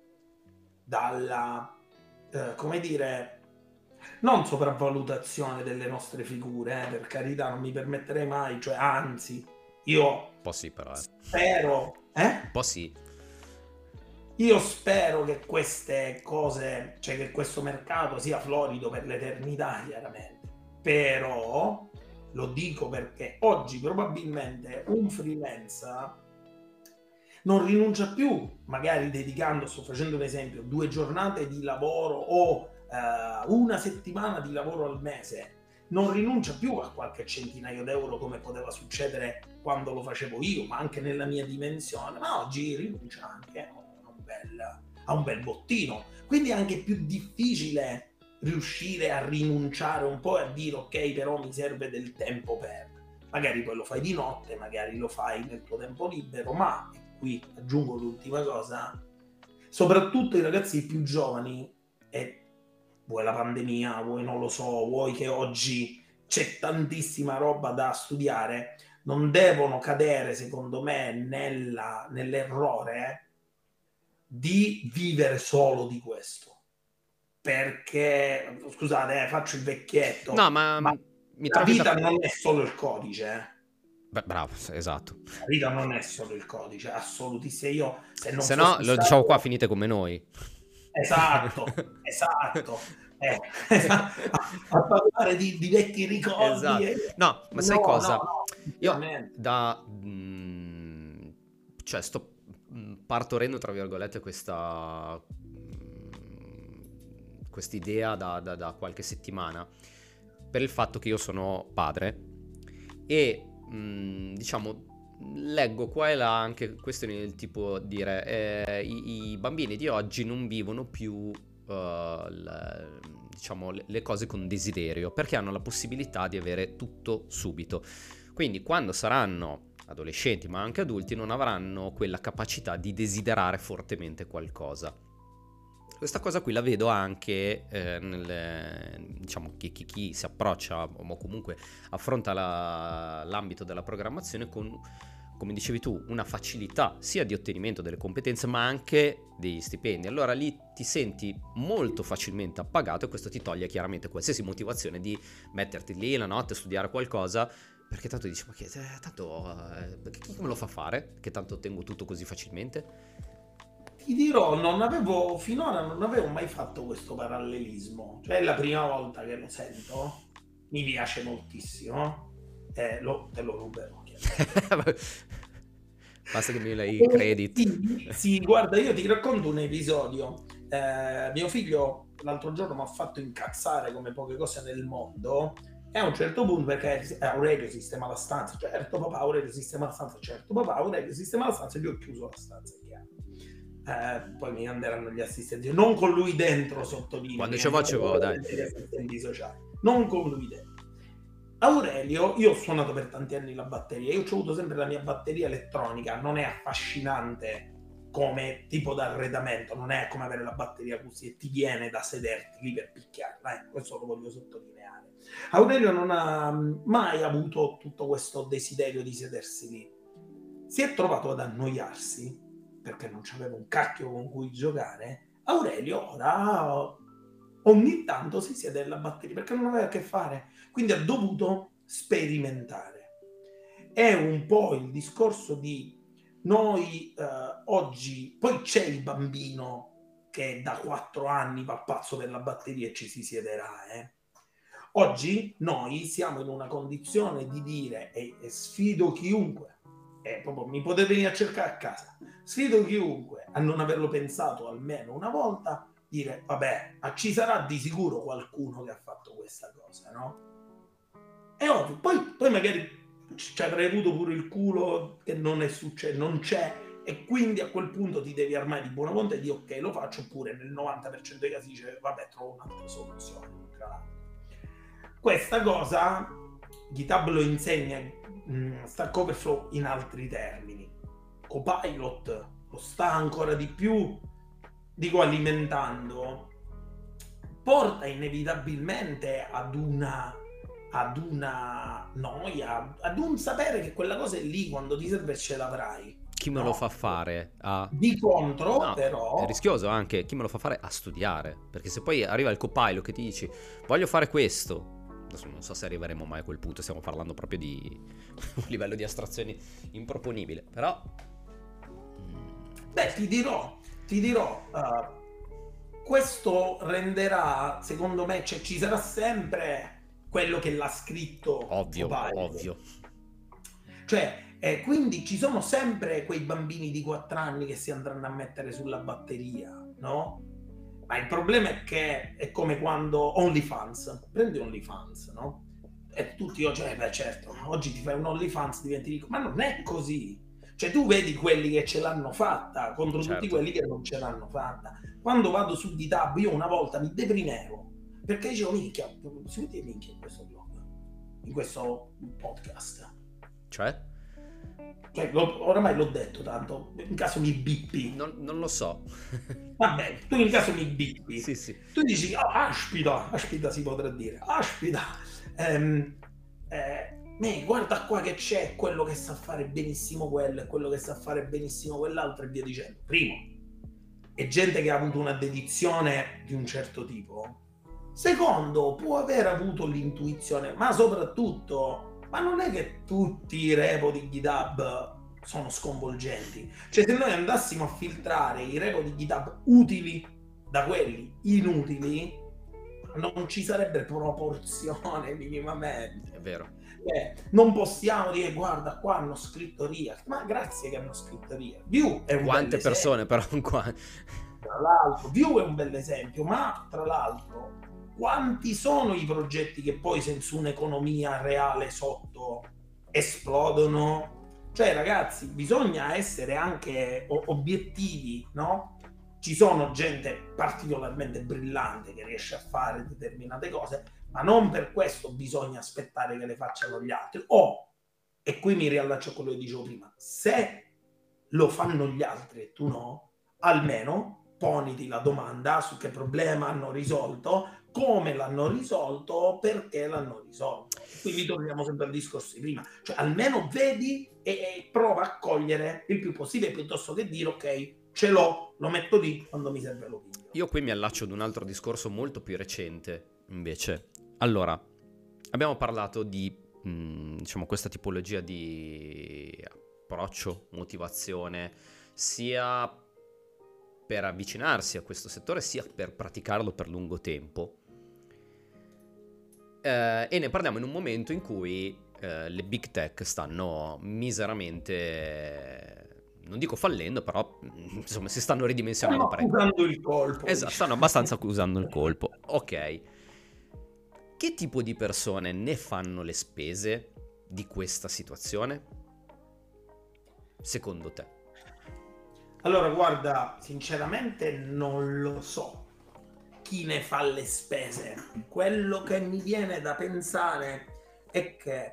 dalla, come dire, non sopravvalutazione delle nostre figure, per carità, non mi permetterei mai, cioè anzi, io Un po' sì però, spero, Un po' sì. io spero che queste cose, cioè che questo mercato sia florido per l'eternità, chiaramente, però lo dico perché oggi probabilmente un freelance non rinuncia più, magari dedicando, sto facendo un esempio, 2 giornate di lavoro o una settimana di lavoro al mese, non rinuncia più a qualche centinaio d'euro come poteva succedere quando lo facevo io, ma anche nella mia dimensione, ma oggi rinuncia anche a un bel bottino. Quindi è anche più difficile riuscire a rinunciare un po' e a dire ok, però mi serve del tempo per... Magari poi lo fai di notte, magari lo fai nel tuo tempo libero, ma qui aggiungo l'ultima cosa, soprattutto i ragazzi più giovani, e vuoi la pandemia, vuoi non lo so, vuoi che oggi c'è tantissima roba da studiare, non devono cadere, secondo me, nell'errore di vivere solo di questo. Perché, scusate, faccio il vecchietto, No, ma mi la trovi vita non è solo il codice, Beh, bravo, esatto. La vita non è solo il codice, assolutissimo. Io, se non Se no, fossi lo diciamo qua, stato... finite come noi. Esatto. A parlare di vecchi ricordi. Esatto. No, ma sai No, cosa? Io effettivamente. cioè sto partorendo, tra virgolette, quest'idea da qualche settimana per il fatto che io sono padre e diciamo leggo qua e là anche questioni del tipo dire i bambini di oggi non vivono più diciamo le cose con desiderio perché hanno la possibilità di avere tutto subito, quindi quando saranno adolescenti ma anche adulti non avranno quella capacità di desiderare fortemente qualcosa. Questa cosa qui la vedo anche diciamo chi si approccia o comunque affronta l'ambito della programmazione con, come dicevi tu, una facilità sia di ottenimento delle competenze ma anche degli stipendi. Allora lì ti senti molto facilmente appagato e questo ti toglie chiaramente qualsiasi motivazione di metterti lì la notte a studiare qualcosa, perché tanto dici ma chi me lo fa fare? Che tanto ottengo tutto così facilmente? Ti dirò, finora non avevo mai fatto questo parallelismo. Cioè è la prima volta che lo sento. Mi piace moltissimo. Te lo ruberò. Basta che mi dai credit. Sì, guarda, io ti racconto un episodio. Mio figlio l'altro giorno mi ha fatto incazzare come poche cose nel mondo. E a un certo punto, perché Aurelio sistema la stanza, certo papà, Aurelio sistema la stanza, certo papà, Aurelio sistema la stanza, e io ho chiuso la stanza, è chiaro. Poi mi manderanno gli assistenti, non con lui dentro, sottolineo. Quando ce vo', dai. Gli assistenti sociali, non con lui dentro. Aurelio, io ho suonato per tanti anni la batteria, io ho avuto sempre la mia batteria elettronica, non è affascinante come tipo d'arredamento, non è come avere la batteria così e ti viene da sederti lì per picchiarla, questo lo voglio sottolineare. Aurelio non ha mai avuto tutto questo desiderio di sedersi lì, si è trovato ad annoiarsi perché non c'aveva un cacchio con cui giocare. Aurelio ora ogni tanto si siede alla batteria perché non aveva a che fare, quindi ha dovuto sperimentare. È un po' il discorso di noi oggi, poi c'è il bambino che da 4 anni va pazzo per la batteria e ci si siederà. Oggi noi siamo in una condizione di dire, e sfido chiunque, proprio mi potete venire a cercare a casa, sfido chiunque a non averlo pensato almeno una volta, dire vabbè, ma ci sarà di sicuro qualcuno che ha fatto questa cosa, no? È ovvio, poi magari ci avrei avuto pure il culo che non è successo, non c'è, e quindi a quel punto ti devi armare di buona volontà e dire ok, lo faccio, oppure nel 90% dei casi dice vabbè, trovo un'altra soluzione. Tra l'altro, questa cosa GitHub lo insegna, Stack Overflow in altri termini, Copilot lo sta ancora di più, dico, alimentando, porta inevitabilmente ad una noia, ad un sapere che quella cosa è lì, quando ti serve ce l'avrai. Chi me lo fa fare a... Di contro, No, però... è rischioso anche chi me lo fa fare a studiare, perché se poi arriva il copilot che ti dici voglio fare questo, adesso non so se arriveremo mai a quel punto, stiamo parlando proprio di un livello di astrazione improponibile, però... Beh, ti dirò, questo renderà, secondo me, cioè, ci sarà sempre quello che l'ha scritto. Ovvio, Copilot. ovvio. Cioè, quindi ci sono sempre quei bambini di 4 anni che si andranno a mettere sulla batteria, no? Ma il problema è che è come quando OnlyFans, prendi OnlyFans, no? E tutti oggi, beh certo, oggi ti fai un OnlyFans, diventi ricco, ma non è così. Cioè tu vedi quelli che ce l'hanno fatta contro tutti quelli che non ce l'hanno fatta. Quando vado su GitHub, io una volta mi deprimevo, perché dicevo, minchia, si vede minchia in questo blog, in questo podcast. Cioè, oramai l'ho detto tanto, in caso mi bippi. Non lo so. Vabbè, tu in caso mi bippi. Sì, sì. Tu dici, oh, aspita si potrà dire, aspita. Guarda qua che c'è quello che sa fare benissimo quello e quello che sa fare benissimo quell'altro e via dicendo. Primo, è gente che ha avuto una dedizione di un certo tipo. Secondo, può aver avuto l'intuizione, ma soprattutto, ma non è che tutti i repo di GitHub sono sconvolgenti. Cioè, se noi andassimo a filtrare i repo di GitHub utili da quelli inutili, non ci sarebbe proporzione minimamente. È vero. Non possiamo dire guarda qua hanno scritto React, ma grazie che hanno scritto React. Vue è un quante persone però qua. Tra l'altro Vue è un bel esempio, ma tra l'altro quanti sono i progetti che poi senza un'economia reale sotto esplodono? Cioè ragazzi, bisogna essere anche obiettivi, no? Ci sono gente particolarmente brillante che riesce a fare determinate cose, ma non per questo bisogna aspettare che le facciano gli altri. E qui mi riallaccio a quello che dicevo prima, se lo fanno gli altri e tu no, almeno poniti la domanda su che problema hanno risolto, come l'hanno risolto, perché l'hanno risolto. Quindi torniamo sempre al discorso di prima, cioè almeno vedi e prova a cogliere il più possibile, piuttosto che dire ok, ce l'ho, lo metto lì, quando mi serve lo piglio. Io qui mi allaccio ad un altro discorso molto più recente, invece. Allora, abbiamo parlato di, diciamo, questa tipologia di approccio, motivazione, sia per avvicinarsi a questo settore, sia per praticarlo per lungo tempo. E ne parliamo in un momento in cui le big tech stanno miseramente non dico fallendo, però insomma si stanno ridimensionando parecchio. Usando il colpo. Esatto, stanno abbastanza usando il colpo. Ok. Che tipo di persone ne fanno le spese di questa situazione? Secondo te? Allora, guarda, sinceramente non lo so chi ne fa le spese. Quello che mi viene da pensare è che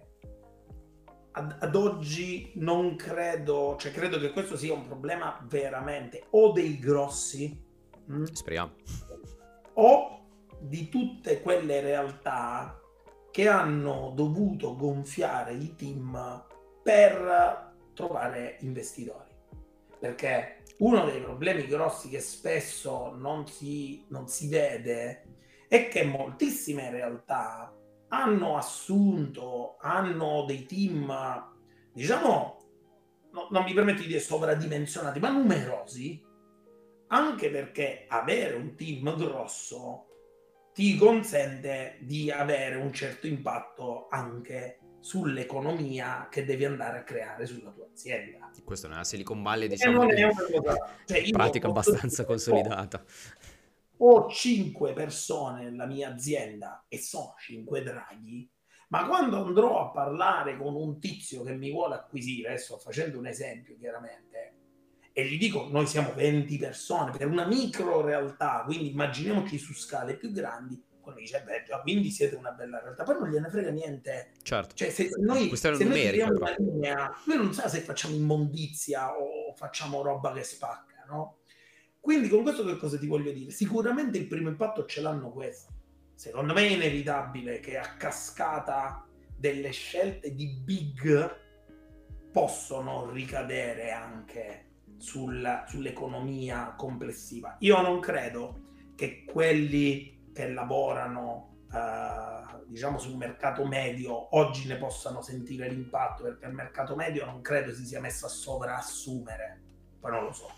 ad oggi non credo, cioè credo che questo sia un problema veramente o dei grossi, Speriamo. o di tutte quelle realtà che hanno dovuto gonfiare i team per trovare investitori. Perché uno dei problemi grossi che spesso non si vede è che moltissime realtà hanno assunto, hanno dei team, diciamo, non mi permetto di dire sovradimensionati, ma numerosi, anche perché avere un team grosso ti consente di avere un certo impatto anche sull'economia che devi andare a creare sulla tua azienda. Questa è una Silicon Valley, E diciamo, non di è una cosa, cioè io pratica posso abbastanza dire, consolidata. ho 5 persone nella mia azienda e sono 5 draghi, ma quando andrò a parlare con un tizio che mi vuole acquisire, sto facendo un esempio chiaramente, e gli dico noi siamo 20 persone per una micro realtà, quindi immaginiamoci su scale più grandi, quello dice beh già quindi siete una bella realtà, poi non gliene frega niente. Certo. Cioè se noi Questione numerica tiriamo una proprio. linea, lui non sa se facciamo immondizia o facciamo roba che spacca, no? Quindi con questo che cosa ti voglio dire? Sicuramente il primo impatto ce l'hanno questi. Secondo me è inevitabile che a cascata delle scelte di big possono ricadere anche sull'economia complessiva. Io non credo che quelli che lavorano diciamo sul mercato medio oggi ne possano sentire l'impatto, perché il mercato medio non credo si sia messo a sovrassumere, poi non lo so.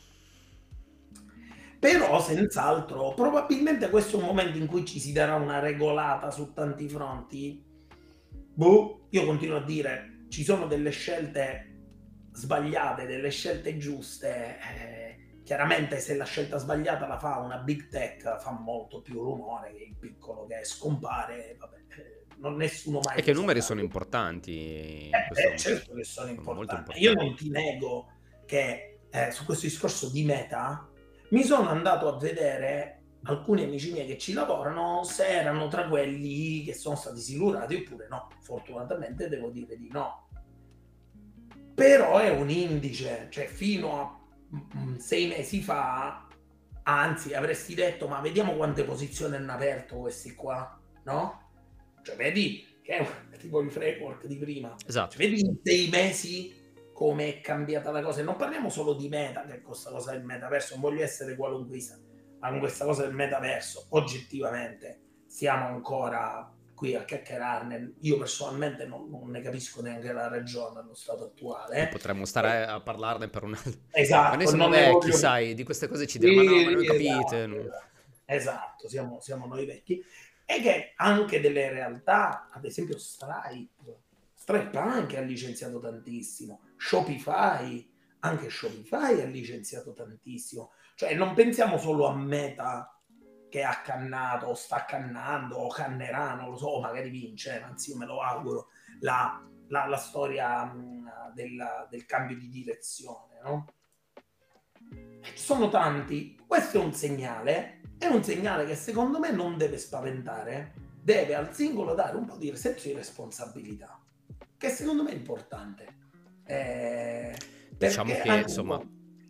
Però senz'altro probabilmente questo è un momento in cui ci si darà una regolata su tanti fronti. Io continuo a dire ci sono delle scelte sbagliate, delle scelte giuste, chiaramente se la scelta sbagliata la fa una big tech fa molto più rumore che il piccolo che scompare, vabbè, non nessuno mai. E che i numeri sono importanti. Certo che sono molto importanti. Io non ti nego che su questo discorso di Meta mi sono andato a vedere alcuni amici miei che ci lavorano se erano tra quelli che sono stati silurati oppure no. Fortunatamente devo dire di no. Però è un indice, cioè fino a 6 mesi fa, anzi avresti detto ma vediamo quante posizioni hanno aperto questi qua, no? Cioè vedi che è tipo il framework di prima. Esatto. Cioè, vedi in 6 mesi come è cambiata la cosa, e non parliamo solo di Meta, che è questa cosa del metaverso, non voglio essere qualunquista, ma con questa cosa del metaverso oggettivamente siamo ancora qui a chiacchierarne. Io personalmente non ne capisco neanche la ragione allo stato attuale. Potremmo stare a parlarne per un altro. Esatto, ma noi siamo vecchi, sai, di queste cose ci dicono, ma no, ma non capite. Esatto, siamo noi vecchi. E che anche delle realtà, ad esempio Stripe anche ha licenziato tantissimo, Shopify ha licenziato tantissimo. Cioè non pensiamo solo a Meta che ha cannato o sta cannando o cannerà, non lo so, magari vince, anzi io me lo auguro, la storia del cambio di direzione, no? Ci sono tanti, questo è un segnale che secondo me non deve spaventare, deve al singolo dare un po' di senso di responsabilità, che secondo me è importante. Diciamo che insomma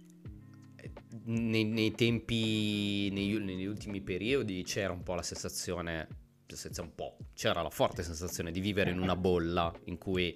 nei tempi, negli ultimi periodi c'era un po' la sensazione, c'era la forte sensazione di vivere in una bolla in cui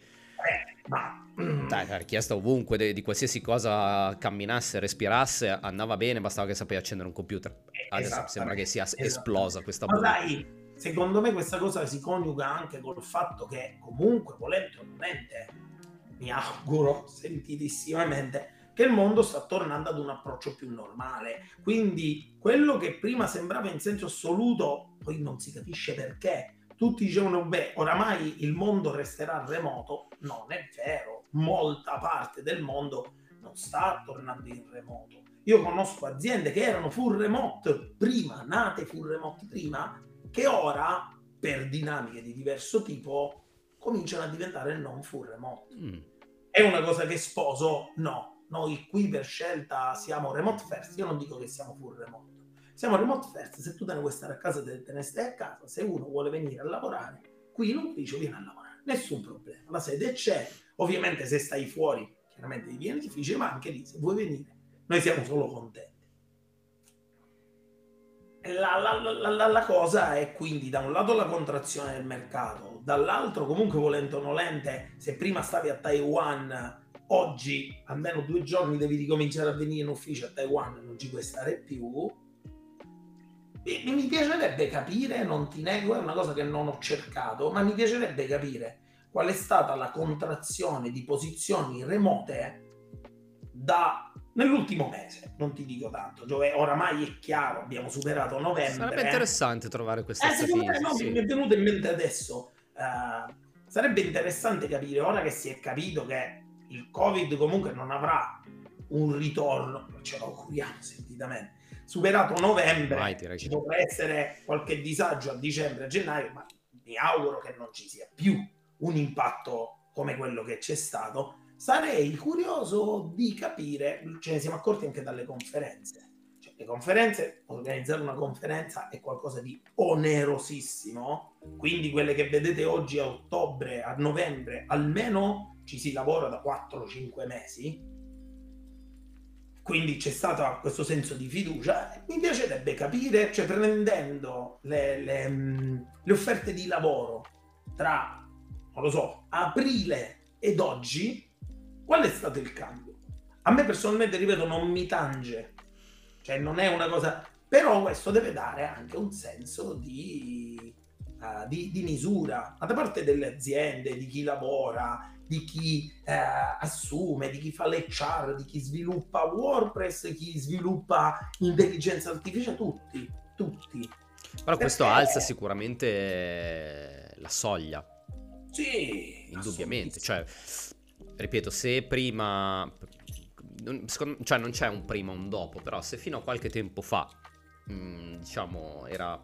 la richiesta ovunque di qualsiasi cosa camminasse, respirasse, andava bene, bastava che sapevi accendere un computer. Adesso sembra che sia esplosa questa bolla. Ma dai, secondo me questa cosa si coniuga anche col fatto che comunque, volente o nolente, mi auguro sentitissimamente che il mondo sta tornando ad un approccio più normale, quindi quello che prima sembrava in senso assoluto poi non si capisce perché tutti dicevano beh oramai il mondo resterà remoto, non è vero, molta parte del mondo non sta tornando in remoto. Io conosco aziende che erano full remote prima, nate full remote prima, che ora, per dinamiche di diverso tipo, cominciano a diventare non full remote. È una cosa che sposo? No. Noi qui per scelta siamo remote first. Io non dico che siamo full remote. Siamo remote first. Se tu te ne vuoi stare a casa, te ne stai a casa. Se uno vuole venire a lavorare, qui in ufficio viene a lavorare. Nessun problema. La sede c'è. Ovviamente se stai fuori, chiaramente ti viene difficile, ma anche lì, se vuoi venire, noi siamo solo contenti. La cosa è quindi da un lato la contrazione del mercato, dall'altro comunque volente o nolente, se prima stavi a Taiwan, oggi almeno 2 giorni devi ricominciare a venire in ufficio a Taiwan, non ci puoi stare più. Mi piacerebbe capire, non ti nego, è una cosa che non ho cercato, ma mi piacerebbe capire qual è stata la contrazione di posizioni remote nell'ultimo mese, non ti dico tanto, dove oramai è chiaro, abbiamo superato novembre. Sarebbe interessante trovare queste statistiche. No, sì. mi è venuto in mente adesso. Sarebbe interessante capire, ora che si è capito che il Covid comunque non avrà un ritorno, ce lo auguriamo sentitamente, superato novembre, ci potrà essere qualche disagio a dicembre, a gennaio, ma mi auguro che non ci sia più un impatto come quello che c'è stato. Sarei curioso di capire, ce ne siamo accorti anche dalle conferenze. Cioè, le conferenze, organizzare una conferenza è qualcosa di onerosissimo, quindi quelle che vedete oggi a ottobre, a novembre, almeno ci si lavora da 4-5 mesi, quindi c'è stato questo senso di fiducia. Mi piacerebbe capire, cioè prendendo le offerte di lavoro tra, non lo so, aprile ed oggi, qual è stato il cambio? A me personalmente, ripeto, non mi tange, cioè non è una cosa, però questo deve dare anche un senso di misura da parte delle aziende, di chi lavora, di chi assume, di chi fa l'HR, di chi sviluppa WordPress, chi sviluppa intelligenza artificiale, tutti. Però questo alza sicuramente la soglia. Sì, indubbiamente. Cioè, ripeto, se prima, cioè non c'è un prima o un dopo, però se fino a qualche tempo fa, diciamo, era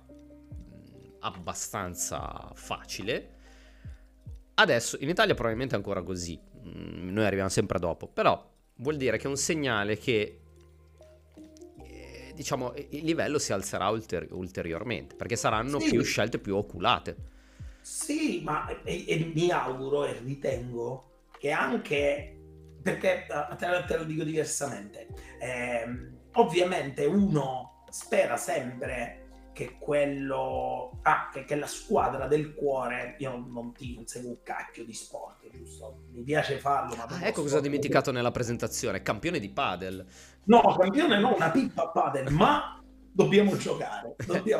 abbastanza facile, adesso in Italia probabilmente è ancora così, noi arriviamo sempre dopo, però vuol dire che è un segnale che diciamo il livello si alzerà ulteriormente, perché saranno più scelte più oculate. Sì, ma e mi auguro e ritengo che anche, perché te lo dico diversamente, ovviamente uno spera sempre che quello che la squadra del cuore, io non seguo un cacchio di sport, giusto? Mi piace farlo, ma ecco cosa ho dimenticato nella presentazione: campione di padel. No, campione no, una pippa a padel, ma dobbiamo giocare.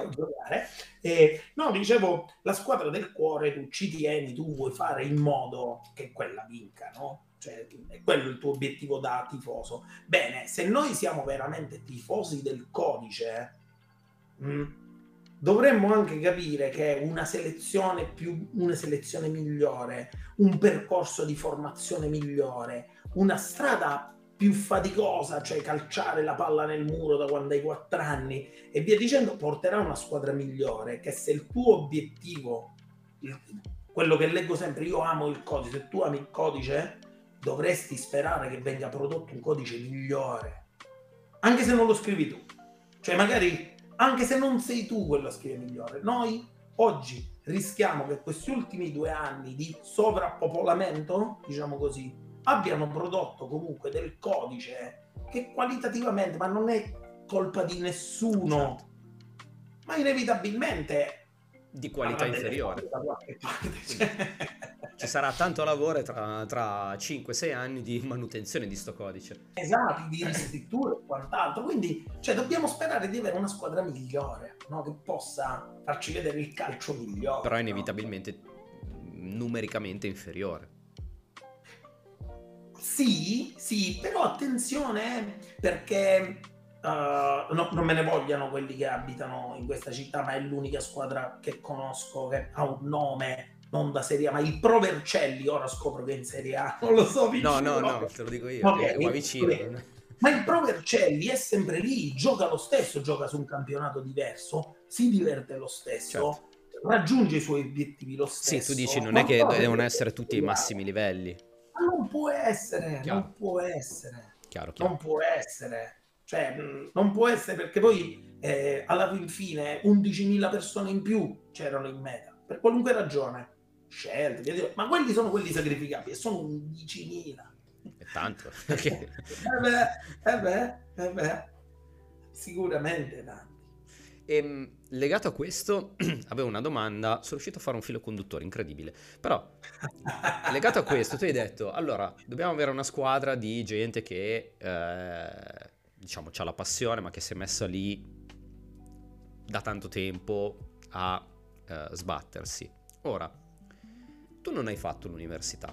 No, dicevo, la squadra del cuore, tu ci tieni, tu vuoi fare in modo che quella vinca, no? Cioè, è quello il tuo obiettivo da tifoso. Bene, se noi siamo veramente tifosi del codice, dovremmo anche capire che una selezione migliore, un percorso di formazione migliore, una strada più faticosa, cioè calciare la palla nel muro da quando hai 4 anni e via dicendo, porterà a una squadra migliore. Che se il tuo obiettivo, quello che leggo sempre, io amo il codice, se tu ami il codice dovresti sperare che venga prodotto un codice migliore, anche se non lo scrivi tu, cioè magari anche se non sei tu quello a scrivere migliore. Noi oggi rischiamo che questi ultimi 2 anni di sovrappopolamento, diciamo così, abbiano prodotto comunque del codice che qualitativamente, ma non è colpa di nessuno, ma inevitabilmente di qualità inferiore. Ci sarà tanto lavoro tra 5-6 anni di manutenzione di sto codice. Esatto, di riscrittura e quant'altro. Quindi, cioè, dobbiamo sperare di avere una squadra migliore, no? Che possa farci vedere il calcio migliore. Però inevitabilmente numericamente inferiore. Sì, però attenzione, perché non me ne vogliano quelli che abitano in questa città, ma è l'unica squadra che conosco che ha un nome non da Serie A, ma il Pro Vercelli, ora scopro che è in Serie A, non lo so vicino. No, te lo dico io, Okay, è qua vicino. okay. Ma il Pro Vercelli è sempre lì, gioca lo stesso, gioca su un campionato diverso, si diverte lo stesso, raggiunge i suoi obiettivi lo Sì, stesso. tu dici non è che devono essere tutti ai massimi livelli. Ma non può essere, Chiaro. non può essere. Chiaro. Non può essere. Cioè, non può essere, perché poi alla fin fine 11.000 persone in più c'erano in meta, per qualunque ragione. Scelte, ma quelli sono quelli sacrificati e sono 11.000. È tanto. Sicuramente tanti. E legato a questo, avevo una domanda, sono riuscito a fare un filo conduttore, incredibile. Però, legato a questo, tu hai detto, allora, dobbiamo avere una squadra di gente che, diciamo, c'ha la passione, ma che si è messa lì da tanto tempo a sbattersi. Ora, tu non hai fatto l'università.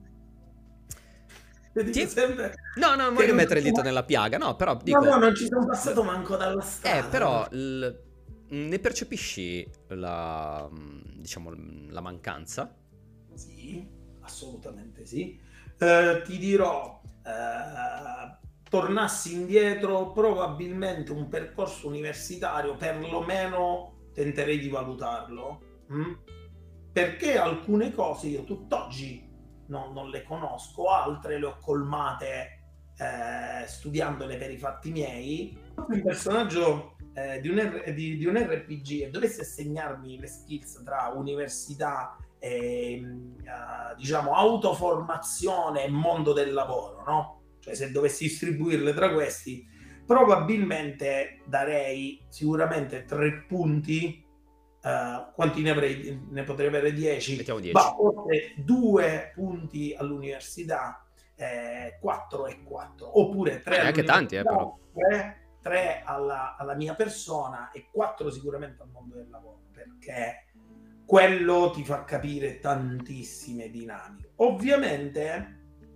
Sempre No, non voglio mettere il dito nella piaga, no, però dico... No, non ci sono passato manco dalla strada. Però ne percepisci la, diciamo, la mancanza? Sì, assolutamente sì. Ti dirò, tornassi indietro, probabilmente un percorso universitario, perlomeno tenterei di valutarlo, perché alcune cose io tutt'oggi non le conosco, altre le ho colmate studiandole per i fatti miei. Un personaggio di un RPG e dovesse assegnarmi le skills tra università e diciamo autoformazione e mondo del lavoro, no? Cioè, se dovessi distribuirle tra questi, probabilmente darei sicuramente 3 punti. Quanti ne avrei? Ne potrei avere 10. Mettiamo 10. Ma forse 2 punti all'università, 4 e 4, oppure 3 anche tanti, però. 3 alla mia persona e 4 sicuramente al mondo del lavoro, perché quello ti fa capire tantissime dinamiche. Ovviamente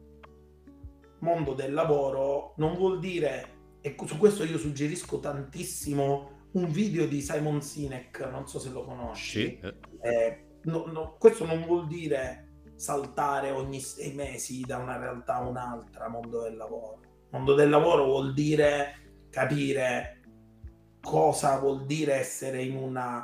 mondo del lavoro non vuol dire, e su questo io suggerisco tantissimo un video di Simon Sinek, non so se lo conosci. Sì. Questo non vuol dire saltare ogni 6 mesi da una realtà a un'altra. Mondo del lavoro vuol dire capire cosa vuol dire essere in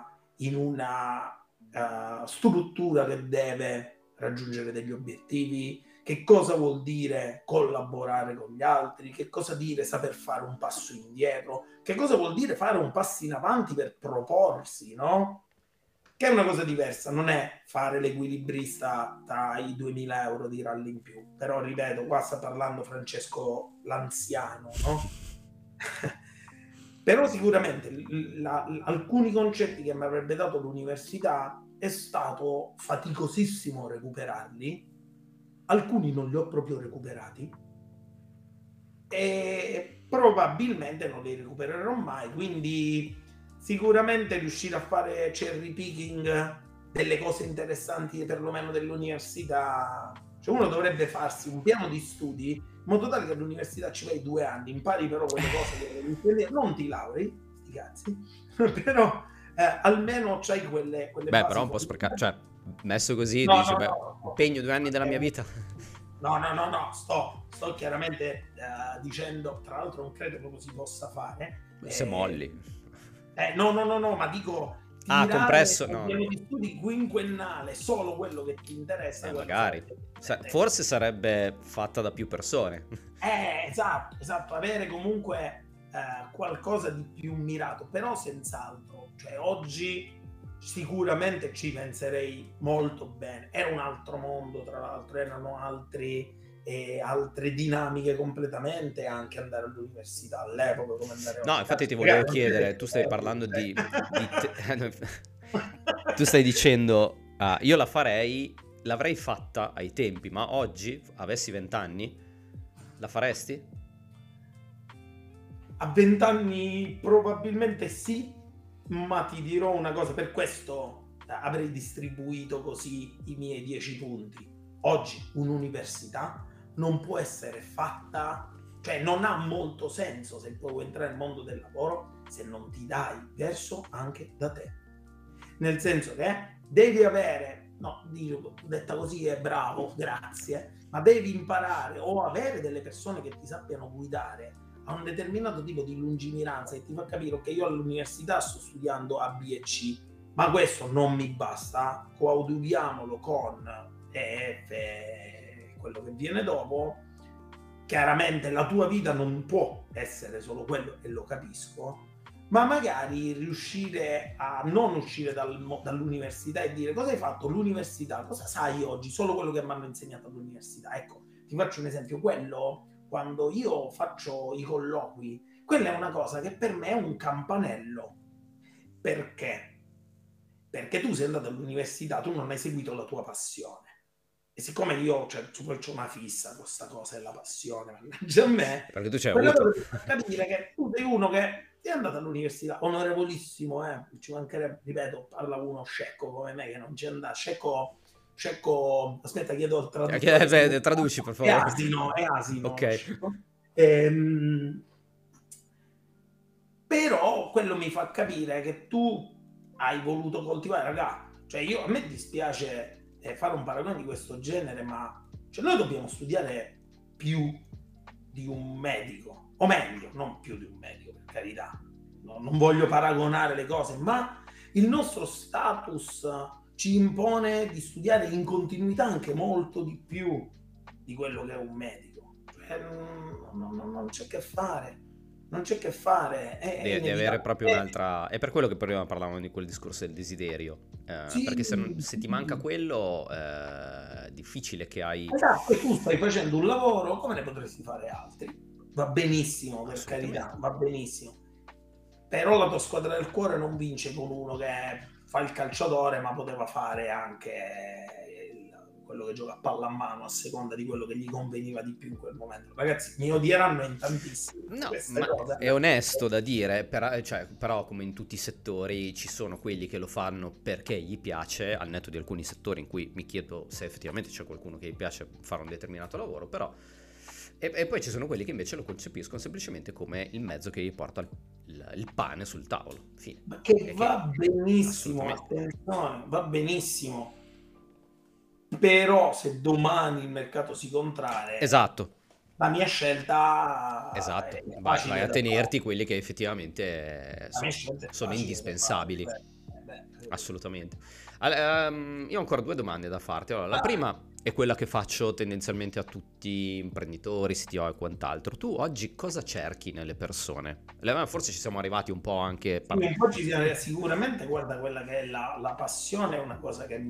una struttura che deve raggiungere degli obiettivi, che cosa vuol dire collaborare con gli altri, che cosa dire saper fare un passo indietro, che cosa vuol dire fare un passo in avanti per proporsi, no? Che è una cosa diversa, non è fare l'equilibrista tra i 2.000 euro di rally in più. Però ripeto, qua sta parlando Francesco l'anziano, no? Però sicuramente alcuni concetti che mi avrebbe dato l'università è stato faticosissimo recuperarli, alcuni non li ho proprio recuperati e probabilmente non li recupererò mai, quindi sicuramente riuscire a fare cherry picking delle cose interessanti perlomeno dell'università. Cioè, uno dovrebbe farsi un piano di studi in modo tale che all'università ci vai 2 anni, impari però quelle cose che non ti laurei, sti cazzi, però almeno c'hai quelle Beh, basi. però un po' sprecato, cioè messo così dici, impegno 2 anni della mia vita. No, sto chiaramente dicendo, tra l'altro non credo proprio si possa fare. Se molli. No, ma dico... compresso, no. Di studi quinquennale, solo quello che ti interessa. Magari. Forse sarebbe fatta da più persone. Esatto, avere comunque qualcosa di più mirato, però senz'altro. Cioè, oggi sicuramente ci penserei molto bene. Era un altro mondo, tra l'altro, erano altre dinamiche completamente, anche andare all'università all'epoca come andare no, infatti ti volevo chiedere, tu stai parlando di tu stai dicendo io la farei, l'avrei fatta ai tempi, ma oggi avessi 20 anni la faresti? A 20 anni probabilmente sì, ma ti dirò una cosa, per questo avrei distribuito così i miei 10 punti. Oggi un'università non può essere fatta, cioè non ha molto senso se puoi entrare nel mondo del lavoro se non ti dai verso anche da te. Nel senso che devi avere no, dico, detta così è bravo, grazie, ma devi imparare o avere delle persone che ti sappiano guidare a un determinato tipo di lungimiranza che ti fa capire che io all'università sto studiando A, B e C, ma questo non mi basta, coadiuviamolo con E, F, quello che viene dopo. Chiaramente la tua vita non può essere solo quello, e lo capisco, ma magari riuscire a non uscire dall'università e dire: cosa hai fatto l'università, cosa sai oggi, solo quello che mi hanno insegnato all'università. Ecco, ti faccio un esempio, quello, quando io faccio i colloqui, quella è una cosa che per me è un campanello. Perché? Perché tu sei andato all'università, tu non hai seguito la tua passione. E siccome io c'ho una fissa con questa cosa della passione, mannaggia a me, Perché tu c'hai quella avuto. cosa ti fa capire che tu sei uno che è andato all'università, onorevolissimo, ci mancherebbe, ripeto, parla uno scecco come me che non c'è andato, scecco, aspetta, chiedo al traduttore. Traduci per È favore. asino, è asino, Ok. scecco. Però quello mi fa capire che tu hai voluto coltivare, raga, cioè a me dispiace fare un paragone di questo genere, ma cioè, noi dobbiamo studiare più di un medico, o meglio, non più di un medico, per carità, no, non voglio paragonare le cose, ma il nostro status ci impone di studiare in continuità anche molto di più di quello che è un medico. Cioè, non c'è che fare. Non c'è che fare, è Di avere proprio inevitabile. un'altra. È per quello che prima parlavamo di quel discorso del desiderio. Perché Sì, se ti manca quello, è difficile che hai. esatto, tu stai facendo un lavoro, come ne potresti fare altri? Va benissimo, per carità, Assolutamente. va benissimo. Però la tua squadra del cuore non vince con uno che fa il calciatore, ma poteva fare anche quello che gioca a palla a mano, a seconda di quello che gli conveniva di più in quel momento. Ragazzi, mi odieranno in tantissimi No, queste ma cose. è onesto da dire, però come in tutti i settori ci sono quelli che lo fanno perché gli piace, al netto di alcuni settori in cui mi chiedo se effettivamente c'è qualcuno che gli piace fare un determinato lavoro, però. E poi ci sono quelli che invece lo concepiscono semplicemente come il mezzo che gli porta il pane sul tavolo. Fine. Ma che E va che benissimo, assolutamente. attenzione, va benissimo. Però se domani il mercato si contrae, Esatto, la mia scelta esatto. è Vai facile a da fare. tenerti quelli che effettivamente La mia scelta è sono facile da fare. indispensabili. Beh. Assolutamente. Io ho ancora due domande da farti. Allora, la Ah, prima è quella che faccio tendenzialmente a tutti imprenditori, CTO e quant'altro. Tu oggi cosa cerchi nelle persone? Forse ci siamo arrivati un po' anche. sì, un po' sicuramente, guarda, quella che è la passione è una cosa che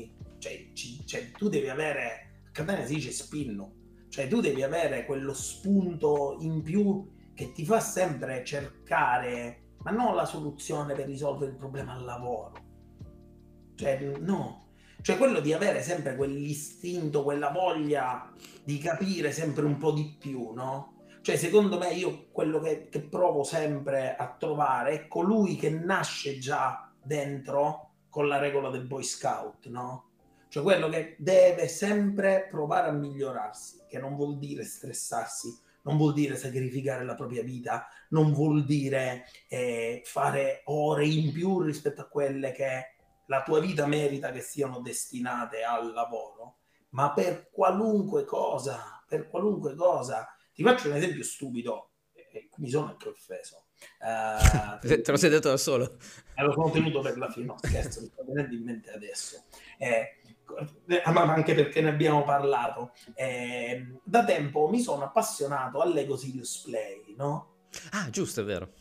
cioè, tu devi avere, a Catania si dice spinno, cioè tu devi avere quello spunto in più che ti fa sempre cercare, ma non la soluzione per risolvere il problema al lavoro, cioè no, cioè quello di avere sempre quell'istinto, quella voglia di capire sempre un po' di più, no? Cioè, secondo me, io quello che provo sempre a trovare è colui che nasce già dentro con la regola del Boy Scout, no? Cioè quello che deve sempre provare a migliorarsi, che non vuol dire stressarsi, non vuol dire sacrificare la propria vita, non vuol dire fare ore in più rispetto a quelle che la tua vita merita che siano destinate al lavoro, ma per qualunque cosa, ti faccio un esempio stupido, mi sono anche offeso. Te lo sei detto da solo. Me lo sono tenuto per la fine, no scherzo, mi sta venendo in mente adesso. Ma anche perché ne abbiamo parlato. Da tempo mi sono appassionato all'Ego Serious Play, no? Ah, giusto, è vero.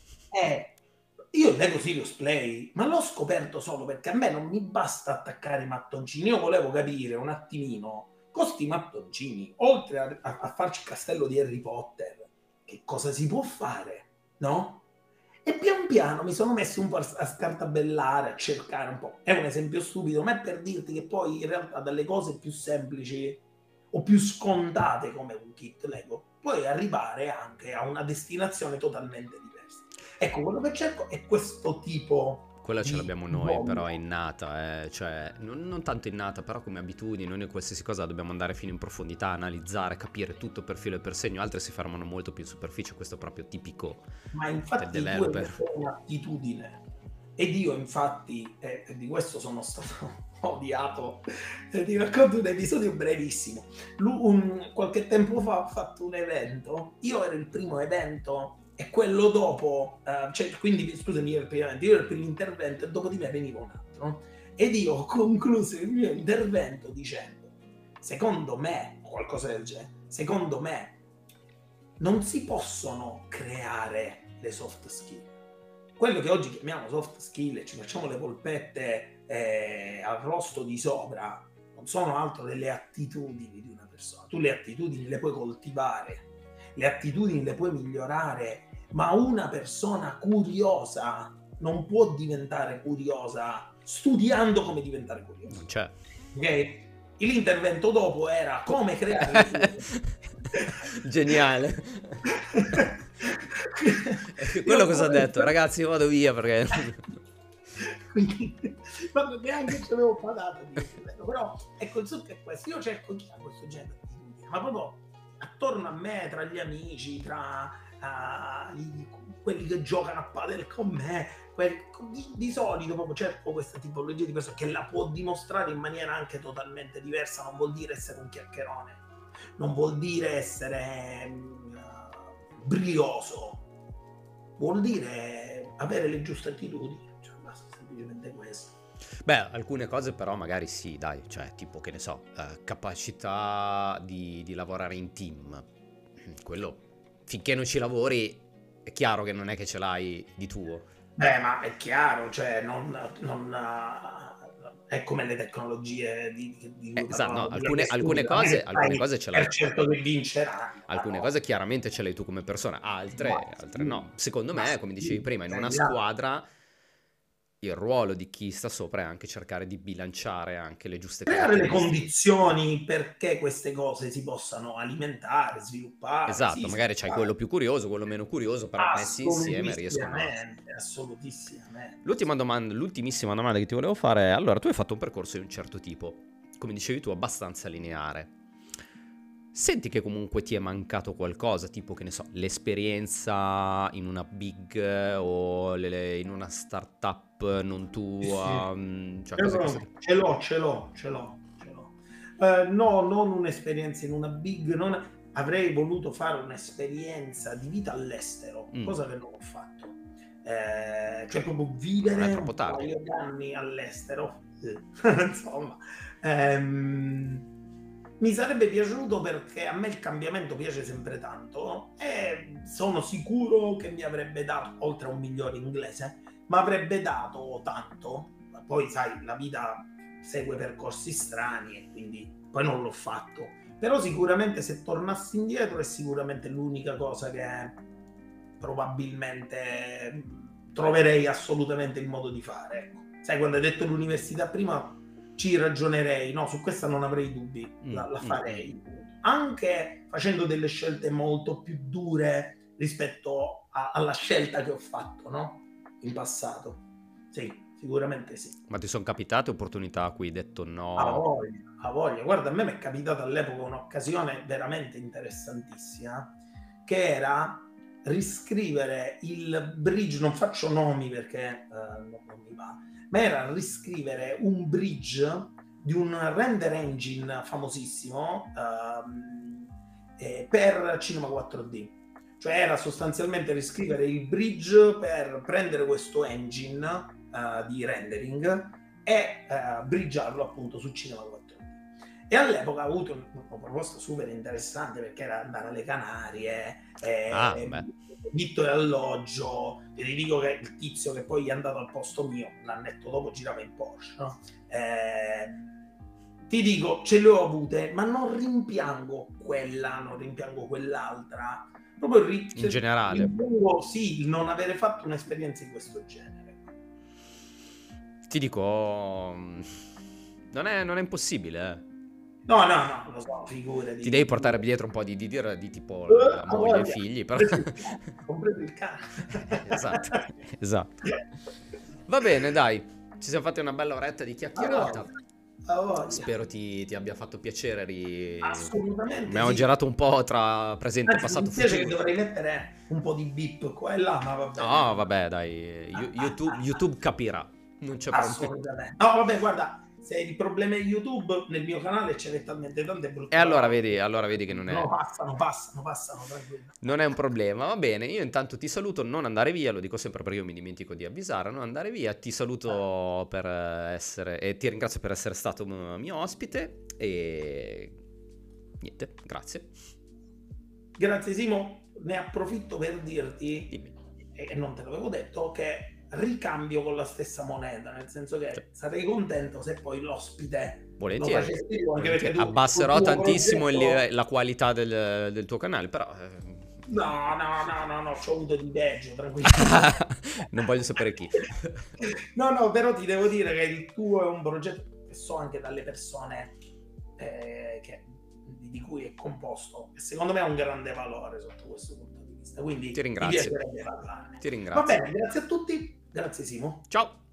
Io leggo Serious Play, ma l'ho scoperto solo perché a me non mi basta attaccare i mattoncini. Io volevo capire un attimino, con sti mattoncini, oltre a farci il castello di Harry Potter, che cosa si può fare, no? E pian piano mi sono messo un po' a scartabellare, a cercare un po'. È un esempio stupido, ma è per dirti che poi in realtà dalle cose più semplici o più scontate come un kit Lego puoi arrivare anche a una destinazione totalmente diversa. Ecco, quello che cerco è questo tipo Quella ce di l'abbiamo noi, però è voglia. innata, cioè non tanto innata, però come abitudine, noi in qualsiasi cosa dobbiamo andare fino in profondità, analizzare, capire tutto per filo e per segno, altre si fermano molto più in superficie, questo è proprio tipico Ma del infatti tu hai developer. detto un'attitudine ed io infatti di questo sono stato odiato. Ti racconto un episodio brevissimo. Qualche tempo fa ho fatto un evento, io ero il primo evento e quello dopo, cioè, quindi scusami, io ero il primo intervento e dopo di me veniva un altro. Ed io ho concluso il mio intervento dicendo, secondo me, o qualcosa del genere, secondo me non si possono creare le soft skill. Quello che oggi chiamiamo soft skill e ci facciamo le polpette al rosto di sopra non sono altro delle attitudini di una persona. Tu le attitudini le puoi coltivare, le attitudini le puoi migliorare, ma una persona curiosa non può diventare curiosa studiando come diventare curiosa. Non c'è. Ok? L'intervento dopo era come creare geniale. Quello cosa ha detto? Ragazzi, io vado via perché quindi neanche ci avevo parlato di questo, però ecco, il succo è questo. Io cerco chi ha questo genere di attitudini, ma proprio attorno a me, tra gli amici, tra quelli che giocano a padel con me, di solito proprio cerco questa tipologia di persona che la può dimostrare in maniera anche totalmente diversa. Non vuol dire essere un chiacchierone, non vuol dire essere brioso, vuol dire avere le giuste attitudini, cioè basta semplicemente questo. Beh, alcune cose però magari sì, dai, cioè tipo che ne so, capacità di lavorare in team, quello finché non ci lavori è chiaro che non è che ce l'hai di tuo. Beh, ma è chiaro, cioè non è come le tecnologie di esatto, no, alcune cose ce l'hai. Per certo che vinceranno. Alcune cose chiaramente ce l'hai tu come persona, altre no. Secondo me, come dicevi prima, in una squadra il ruolo di chi sta sopra è anche cercare di bilanciare anche le giuste creare le condizioni perché queste cose si possano alimentare, sviluppare. Esatto, sì, magari c'hai quello più curioso, quello meno curioso, però messi insieme riescono a... Assolutissimamente. L'ultimissima domanda che ti volevo fare è, allora, tu hai fatto un percorso di un certo tipo, come dicevi tu, abbastanza lineare. Senti che comunque ti è mancato qualcosa, tipo che ne so, l'esperienza in una big o in una startup non tua? Sì. Cioè, ce l'ho. No, non un'esperienza in una big, avrei voluto fare un'esperienza di vita all'estero, cosa che non ho fatto. Cioè proprio vivere un paio di anni all'estero, insomma. Mi sarebbe piaciuto perché a me il cambiamento piace sempre tanto e sono sicuro che mi avrebbe dato, oltre a un migliore inglese, ma avrebbe dato tanto. Poi sai, la vita segue percorsi strani e quindi poi non l'ho fatto. Però sicuramente se tornassi indietro è sicuramente l'unica cosa che probabilmente troverei assolutamente il modo di fare. Ecco. Sai, quando hai detto l'università prima ci ragionerei, no, su questa non avrei dubbi, la farei, anche facendo delle scelte molto più dure rispetto alla scelta che ho fatto, no? In passato. Sì, sicuramente sì. Ma ti sono capitate opportunità a cui hai detto no? A voglia. Guarda, a me mi è capitata all'epoca un'occasione veramente interessantissima, che era riscrivere il bridge, non faccio nomi perché non mi va, ma era riscrivere un bridge di un render engine famosissimo per Cinema 4D. Cioè era sostanzialmente riscrivere il bridge per prendere questo engine di rendering e bridgearlo appunto su Cinema 4D. E all'epoca ho avuto una proposta super interessante perché era andare alle Canarie, vitto e alloggio. E ti dico che il tizio che poi è andato al posto mio, l'annetto dopo girava in Porsche, no? Ti dico, ce le ho avute, ma non rimpiango quella, non rimpiango quell'altra. Proprio in generale. Rimpiango, sì, il non avere fatto un'esperienza di questo genere. Ti dico, non è impossibile, No, lo so, figurati. Ti devi portare dietro un po' di tipo la moglie e i figli, però... Compreso il cane. Esatto. Va bene, dai. Ci siamo fatti una bella oretta di chiacchierata. Spero ti abbia fatto piacere. Assolutamente. Abbiamo girato un po' tra presente e passato. Mi piace che dovrei mettere un po' di beep qua e là, ma vabbè. No, vabbè, dai. YouTube capirà. Non c'è problema. Assolutamente. No, vabbè, guarda, se il problema è YouTube, nel mio canale ce n'è talmente tante brutte E parole. allora vedi che non è, No, passano, tranquillo. non è un problema. Va bene, io intanto ti saluto, non andare via, lo dico sempre perché io mi dimentico di avvisare, non andare via. Ti saluto per essere, e ti ringrazio per essere stato mio ospite e niente, grazie. Grazie Simo, ne approfitto per dirti, Dimmi. e non te l'avevo detto, che ricambio con la stessa moneta, nel senso che Cioè, sarei contento se poi l'ospite lo volentieri, facessi tu, anche perché volentieri. tu sul Abbasserò tuo tantissimo progetto... la qualità del tuo canale, però No, c'ho avuto di peggio, tranquillo. non voglio sapere chi. No, però ti devo dire che il tuo è un progetto che so anche dalle persone di cui è composto, e secondo me ha un grande valore sotto questo punto di vista, quindi Ti mi ringrazio. piacerebbe parlarne. Ti Va ringrazio. bene, grazie a tutti, grazie Simo. Ciao.